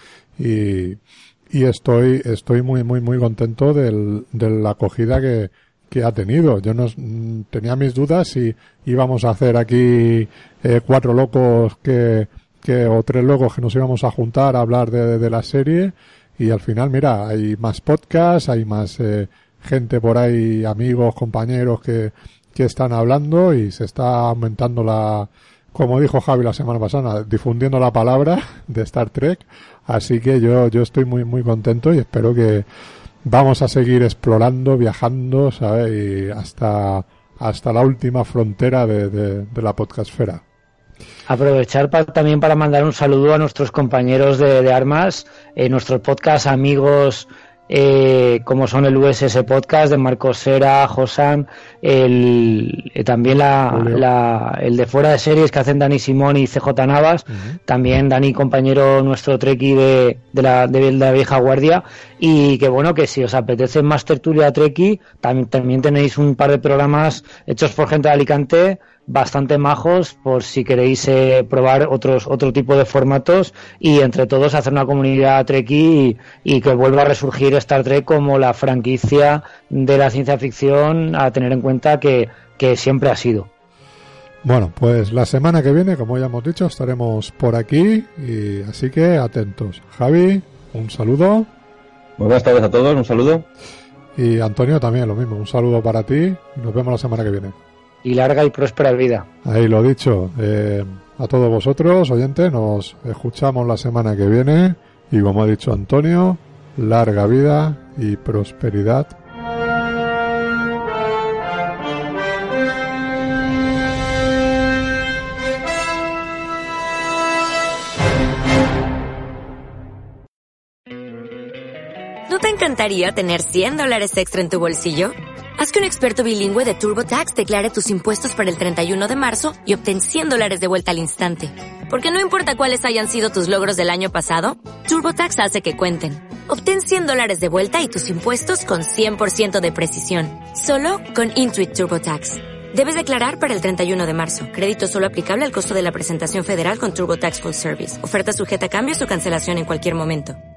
y, y estoy, estoy muy, muy, muy contento del, de la acogida que, que ha tenido. Yo no tenía mis dudas si íbamos a hacer aquí eh, cuatro locos que, que, o tres locos que nos íbamos a juntar a hablar de, de la serie. Y al final, mira, hay más podcasts, hay más eh, gente por ahí, amigos, compañeros que, que están hablando y se está aumentando la, como dijo Javi la semana pasada, difundiendo la palabra de Star Trek. Así que yo, yo estoy muy, muy contento y espero que vamos a seguir explorando, viajando, ¿sabes? Y hasta, hasta la última frontera de, de, de la podcastfera. Aprovechar pa, también para mandar un saludo a nuestros compañeros de, de armas, eh, nuestros podcast amigos, eh, como son el U S S Podcast de Marcos Sera, Josan, el, eh, también la, la, el de Fuera de Series que hacen Dani Simón y C J Navas, uh-huh. También Dani, compañero nuestro treki de, de, la, de la vieja guardia, y que bueno, que si os apetece más tertulia treki, también, también tenéis un par de programas hechos por gente de Alicante, bastante majos, por si queréis eh, probar otros otro tipo de formatos y entre todos hacer una comunidad treki y, y que vuelva a resurgir Star Trek como la franquicia de la ciencia ficción a tener en cuenta que, que siempre ha sido. Bueno, pues la semana que viene, como ya hemos dicho, estaremos por aquí y así que atentos. Javi, un saludo. Muy buenas tardes a todos, un saludo. Y Antonio también, lo mismo, un saludo para ti y nos vemos la semana que viene. Y larga y próspera vida. Ahí lo dicho. Eh, a todos vosotros, oyentes, nos escuchamos la semana que viene. Y como ha dicho Antonio, larga vida y prosperidad. ¿No te encantaría tener cien dólares extra en tu bolsillo? Haz que un experto bilingüe de TurboTax declare tus impuestos para el treinta y uno de marzo y obtén cien dólares de vuelta al instante. Porque no importa cuáles hayan sido tus logros del año pasado, TurboTax hace que cuenten. Obtén cien dólares de vuelta y tus impuestos con cien por ciento de precisión. Solo con Intuit TurboTax. Debes declarar para el treinta y uno de marzo. Crédito solo aplicable al costo de la presentación federal con TurboTax Full Service. Oferta sujeta a cambios o cancelación en cualquier momento.